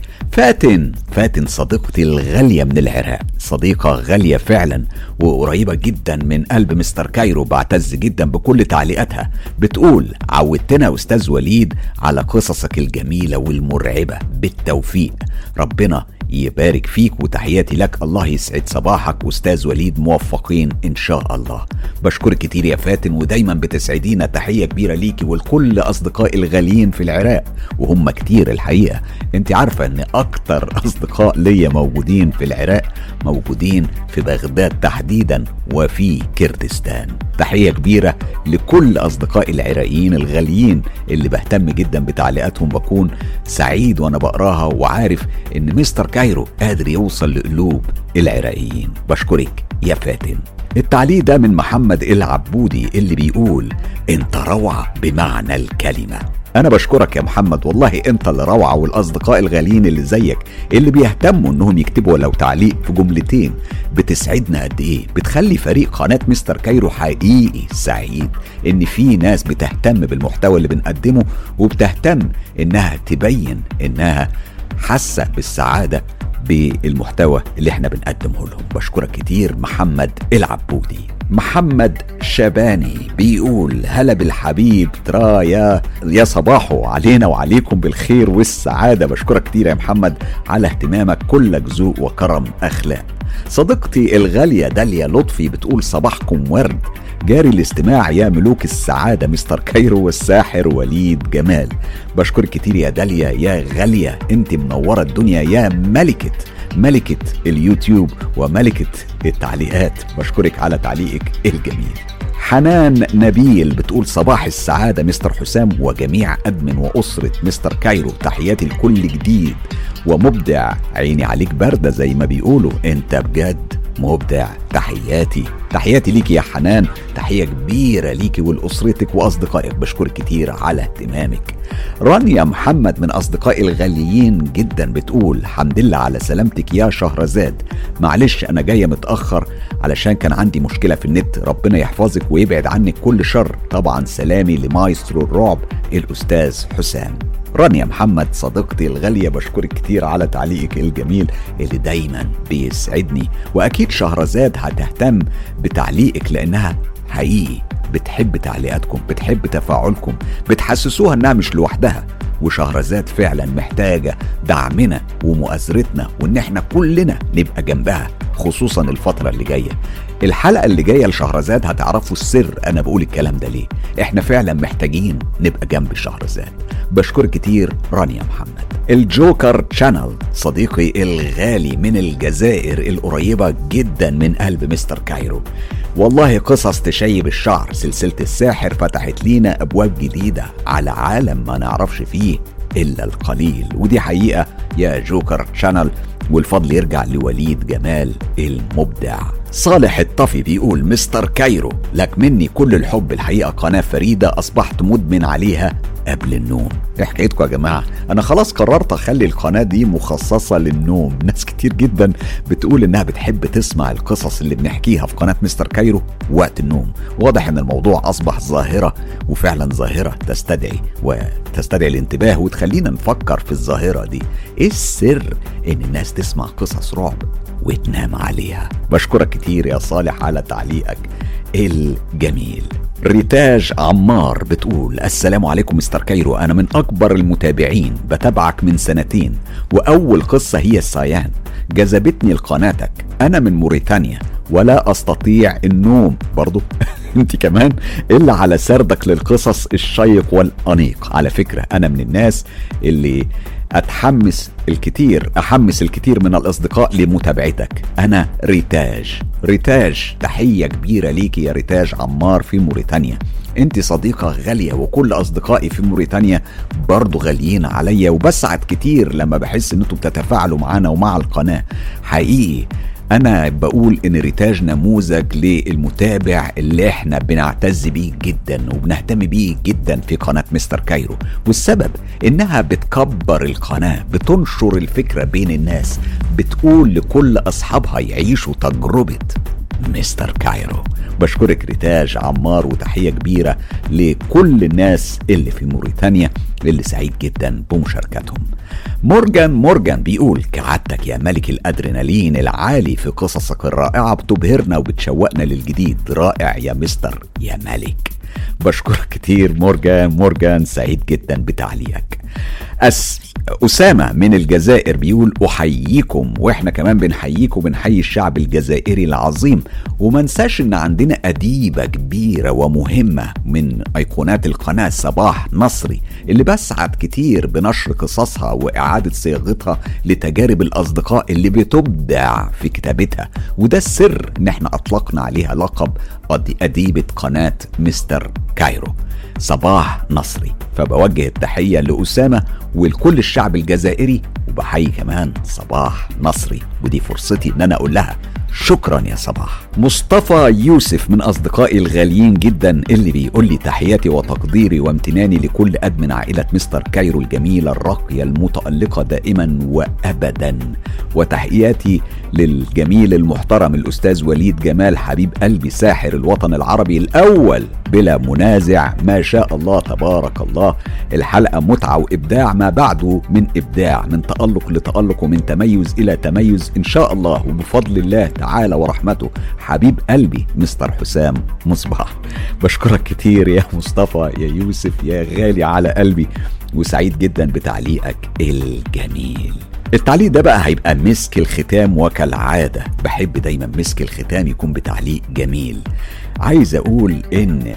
فاتن صديقتي الغالية من العراق، صديقة غالية فعلا وقريبة جدا من قلب مستر كايرو، بعتز جدا بكل تعليقاتها. بتقول: عودتنا أستاذ وليد على قصصك الجميلة والمرعبة، بالتوفيق، ربنا يبارك فيك، وتحياتي لك، الله يسعد صباحك أستاذ وليد، موفقين إن شاء الله. بشكرك كتير يا فاتن، ودايما بتسعدينا. تحية كبيرة ليكي ولكل أصدقائي الغاليين في العراق، وهم كتير الحقيقة. انت عارفة ان اكتر اصدقاء ليا موجودين في العراق، موجودين في بغداد تحديدا وفي كردستان. تحية كبيرة لكل اصدقائي العراقيين الغاليين اللي بهتم جدا بتعليقاتهم، بكون سعيد وانا بقراها، وعارف ان مستر كايرو قادر يوصل لقلوب العراقيين. بشكرك يا فاتن. التعليق ده من محمد العبودي اللي بيقول: انت روعة بمعنى الكلمة. انا بشكرك يا محمد، والله انت اللي روعة، والاصدقاء الغاليين اللي زيك اللي بيهتموا انهم يكتبوا ولو تعليق في جملتين بتسعدنا قد ايه، بتخلي فريق قناة مستر كايرو حقيقي سعيد ان في ناس بتهتم بالمحتوى اللي بنقدمه، وبتهتم انها تبين انها حاسة بالسعادة بالمحتوى اللي احنا بنقدمه لهم. بشكرك كتير محمد العبودي. محمد شباني بيقول: هلا بالحبيب ترى يا صباحو علينا وعليكم بالخير والسعادة. بشكرك كتير يا محمد على اهتمامك، كلك ذوق وكرم أخلاق. صديقتي الغالية داليا لطفي بتقول: صباحكم ورد، جاري الاستماع يا ملوك السعادة مستر كايرو والساحر وليد جمال. بشكرك كتير يا داليا يا غالية، انت منورة الدنيا يا ملكة اليوتيوب وملكة التعليقات. بشكرك على تعليقك الجميل. حنان نبيل بتقول: صباح السعادة مستر حسام وجميع أدمن وأسرة مستر كايرو، تحياتي لكل جديد ومبدع، عيني عليك باردة زي ما بيقولوا، انت بجد مبدع. تحياتي ليكي يا حنان، تحية كبيرة ليكي ولأسرتك وأصدقائك. بشكرك كتير على اهتمامك. رانيا محمد من أصدقائي الغاليين جدا بتقول: الحمد لله على سلامتك يا شهرزاد، معلش أنا جاية متأخر علشان كان عندي مشكلة في النت، ربنا يحفظك ويبعد عنك كل شر. طبعا سلامي لمايسترو الرعب الأستاذ حسام. رانيا محمد صديقتي الغالية، بشكرك كتير على تعليقك الجميل اللي دايما بيسعدني، وأكيد شهرزاد هتهتم بتعليقك لأنها حقيقي بتحب تعليقاتكم، بتحب تفاعلكم، بتحسسوها انها مش لوحدها. وشهرزاد فعلا محتاجة دعمنا ومؤازرتنا، وان احنا كلنا نبقى جنبها، خصوصا الفترة اللي جاية. الحلقة اللي جاية لشهرزاد هتعرفوا السر انا بقول الكلام ده ليه. احنا فعلا محتاجين نبقى جنب شهرزاد. بشكرك كتير رانيا محمد. الجوكر تشانل صديقي الغالي من الجزائر القريبة جدا من قلب مستر كايرو، والله قصص تشيب الشعر. سلسلة الساحر فتحت لينا أبواب جديدة على عالم ما نعرفش فيه إلا القليل، ودي حقيقة يا جوكر تشانل، والفضل يرجع لوليد جمال المبدع. صالح الطفي بيقول مستر كايرو لك مني كل الحب، الحقيقة قناة فريدة أصبحت مدمن عليها قبل النوم. ايه حكايتكم يا جماعة؟ أنا خلاص قررت أخلي القناة دي مخصصة للنوم. ناس كتير جدا بتقول إنها بتحب تسمع القصص اللي بنحكيها في قناة مستر كايرو وقت النوم. واضح إن الموضوع أصبح ظاهرة، وفعلا ظاهرة تستدعي الانتباه وتخلينا نفكر في الظاهرة دي. ايه السر إن الناس تسمع قصص رعب وتنام عليها؟ بشكرك كتير يا صالح على تعليقك الجميل. ريتاج عمار بتقول السلام عليكم مستر كايرو، أنا من أكبر المتابعين، بتابعك من 2 وأول قصة هي الصيان، جذبتني لقناتك. أنا من موريتانيا ولا أستطيع النوم برضو انت كمان إلا على سردك للقصص الشيق والأنيق. على فكرة أنا من الناس اللي أحمس الكثير من الأصدقاء لمتابعتك. أنا ريتاج تحية كبيرة ليكي يا ريتاج عمار في موريتانيا. انت صديقة غالية، وكل أصدقائي في موريتانيا برضو غاليين عليا، وبسعد كتير لما بحس ان انتوا بتتفاعلوا معانا ومع القناة. حقيقي أنا بقول إن ريتاج نموذج للمتابع اللي إحنا بنعتز بيه جدا وبنهتم بيه جدا في قناة مستر كايرو، والسبب إنها بتكبر القناة، بتنشر الفكرة بين الناس، بتقول لكل أصحابها يعيشوا تجربة مستر كايرو. بشكرك ريتاج عمار، وتحية كبيرة لكل الناس اللي في موريتانيا اللي سعيد جدا بمشاركتهم. مورجان بيقول كعادتك يا ملك الأدرينالين العالي في قصصك الرائعة، بتبهرنا وبتشوقنا للجديد. رائع يا مستر يا ملك. بشكرك كتير مورجان سعيد جدا بتعليقك. أسامة من الجزائر بيقول أحييكم، وإحنا كمان بنحييكم، بنحيي الشعب الجزائري العظيم. وما ننساش إن عندنا أديبة كبيرة ومهمة من أيقونات القناة، صباح نصري، اللي بسعد كتير بنشر قصصها وإعادة صياغتها لتجارب الأصدقاء اللي بتبدع في كتابتها. وده السر إن إحنا أطلقنا عليها لقب أديبة قناة مستر كايرو، صباح نصري. فبوجه التحية لأسامة ولكل الشعب الجزائري، وبحيي كمان صباح نصري، ودي فرصتي ان انا اقول لها شكرا يا صباح. مصطفى يوسف من اصدقائي الغاليين جدا اللي بيقول لي تحياتي وتقديري وامتناني لكل ادمن عائلة مستر كايرو الجميلة الراقية المتألقة دائما وابدا، وتحياتي للجميل المحترم الاستاذ وليد جمال حبيب قلبي ساحر الوطن العربي الاول بلا منازع. ما شاء الله تبارك الله، الحلقة متعة وابداع ما بعده من ابداع، من تألق لتألق ومن تميز الى تميز ان شاء الله وبفضل الله تعالى ورحمته. حبيب قلبي مستر حسام مصباح. بشكرك كتير يا مصطفى يا يوسف يا غالي على قلبي، وسعيد جدا بتعليقك الجميل. التعليق ده بقى هيبقى مسك الختام، وكالعادة بحب دايما مسك الختام يكون بتعليق جميل. عايز اقول ان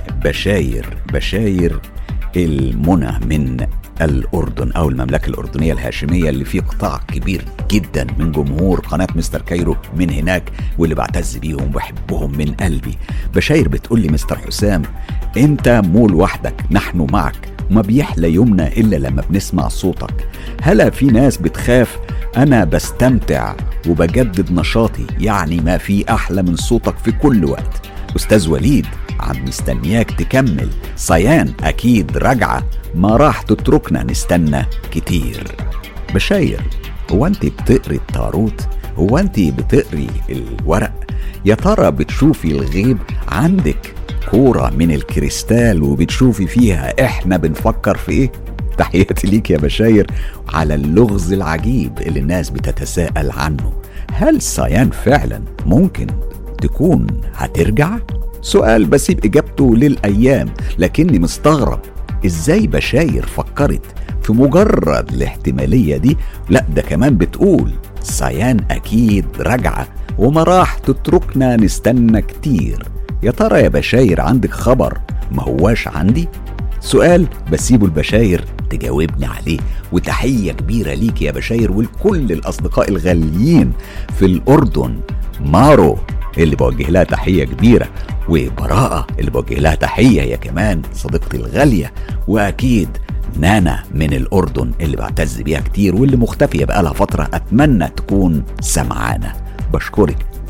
بشاير المنى من الأردن أو المملكة الأردنية الهاشمية، اللي فيه قطاع كبير جدا من جمهور قناة مستر كايرو من هناك، واللي بعتز بيهم وبحبهم من قلبي. بشاير بتقول لي مستر حسام انت مو لوحدك، نحن معك، وما بيحلى يومنا إلا لما بنسمع صوتك. هلا في ناس بتخاف، أنا بستمتع وبجدد نشاطي، يعني ما في أحلى من صوتك في كل وقت. أستاذ وليد عم مستنياك تكمل، صيان أكيد راجعة، ما راح تتركنا نستنى كتير. بشاير هو أنت بتقري التاروت؟ هو أنت بتقري الورق؟ يا ترى بتشوفي الغيب؟ عندك كورة من الكريستال وبتشوفي فيها إحنا بنفكر في إيه؟ تحياتي ليك يا بشاير على اللغز العجيب اللي الناس بتتساءل عنه. هل صيان فعلا ممكن تكون هترجع؟ سؤال بسيب إجابته للأيام، لكني مستغرب إزاي بشاير فكرت في مجرد الاحتمالية دي. لا ده كمان بتقول صيان أكيد راجعة وما راح تتركنا نستنى كتير. يا ترى يا بشاير عندك خبر ما هواش عندي؟ سؤال بسيبه البشاير تجاوبني عليه. وتحية كبيرة ليك يا بشاير ولكل الأصدقاء الغاليين في الأردن، مارو اللي بوجه لها تحية كبيرة، وبراءة اللي بوجه لها تحية يا كمان صديقتي الغالية، وأكيد نانا من الأردن اللي بعتز بيها كتير واللي مختفية بقالها فترة، أتمنى تكون سمعانا. بشكرك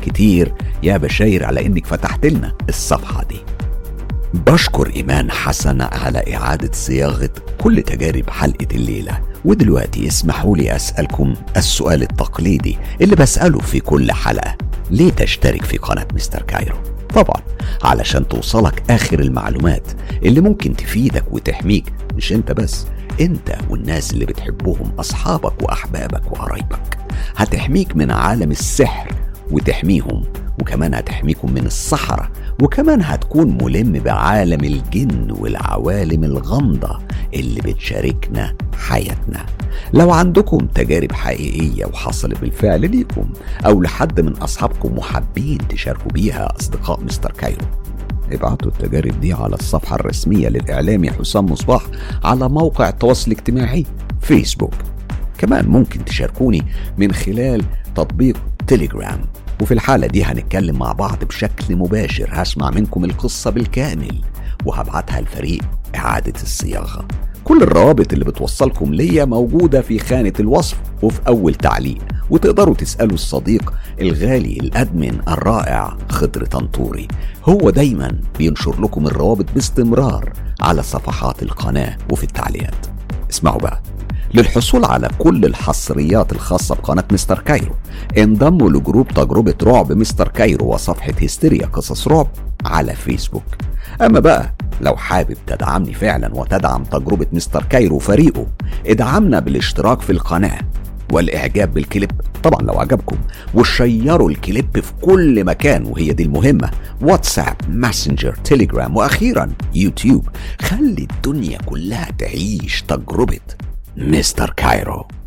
كتير يا بشاير على انك فتحت لنا الصفحة دي. بشكر إيمان حسن على إعادة صياغة كل تجارب حلقة الليلة. ودلوقتي اسمحوا لي أسألكم السؤال التقليدي اللي بسأله في كل حلقة: ليه تشترك في قناة مستر كايرو؟ طبعا علشان توصلك آخر المعلومات اللي ممكن تفيدك وتحميك، مش انت بس، انت والناس اللي بتحبهم، أصحابك وأحبابك وقرايبك. هتحميك من عالم السحر وتحميهم، وكمان هتحميكم من الصحراء، وكمان هتكون ملم بعالم الجن والعوالم الغامضة اللي بتشاركنا حياتنا. لو عندكم تجارب حقيقية وحصلت بالفعل ليكم أو لحد من أصحابكم وحابين تشاركوا بيها أصدقاء مستر كايرو، ابعتوا التجارب دي على الصفحة الرسمية للإعلامي حسام مصباح على موقع التواصل الاجتماعي فيسبوك. كمان ممكن تشاركوني من خلال تطبيق تيليجرام، وفي الحالة دي هنتكلم مع بعض بشكل مباشر. هسمع منكم القصة بالكامل وهبعتها لفريق إعادة الصياغة. كل الروابط اللي بتوصلكم ليا موجودة في خانة الوصف وفي أول تعليق، وتقدروا تسألوا الصديق الغالي الأدمن الرائع خضر طنطوري، هو دايما بينشر لكم الروابط باستمرار على صفحات القناة وفي التعليقات. اسمعوا بقى، للحصول على كل الحصريات الخاصة بقناة مستر كايرو انضموا لجروب تجربة رعب مستر كايرو وصفحة هستيريا قصص رعب على فيسبوك. أما بقى لو حابب تدعمني فعلا وتدعم تجربة مستر كايرو وفريقه، ادعمنا بالاشتراك في القناة والإعجاب بالكليب طبعا لو عجبكم، وشيروا الكليب في كل مكان، وهي دي المهمة: واتساب، ماسنجر، تيليجرام، وأخيرا يوتيوب. خلي الدنيا كلها تعيش تجربة مستر كايرو.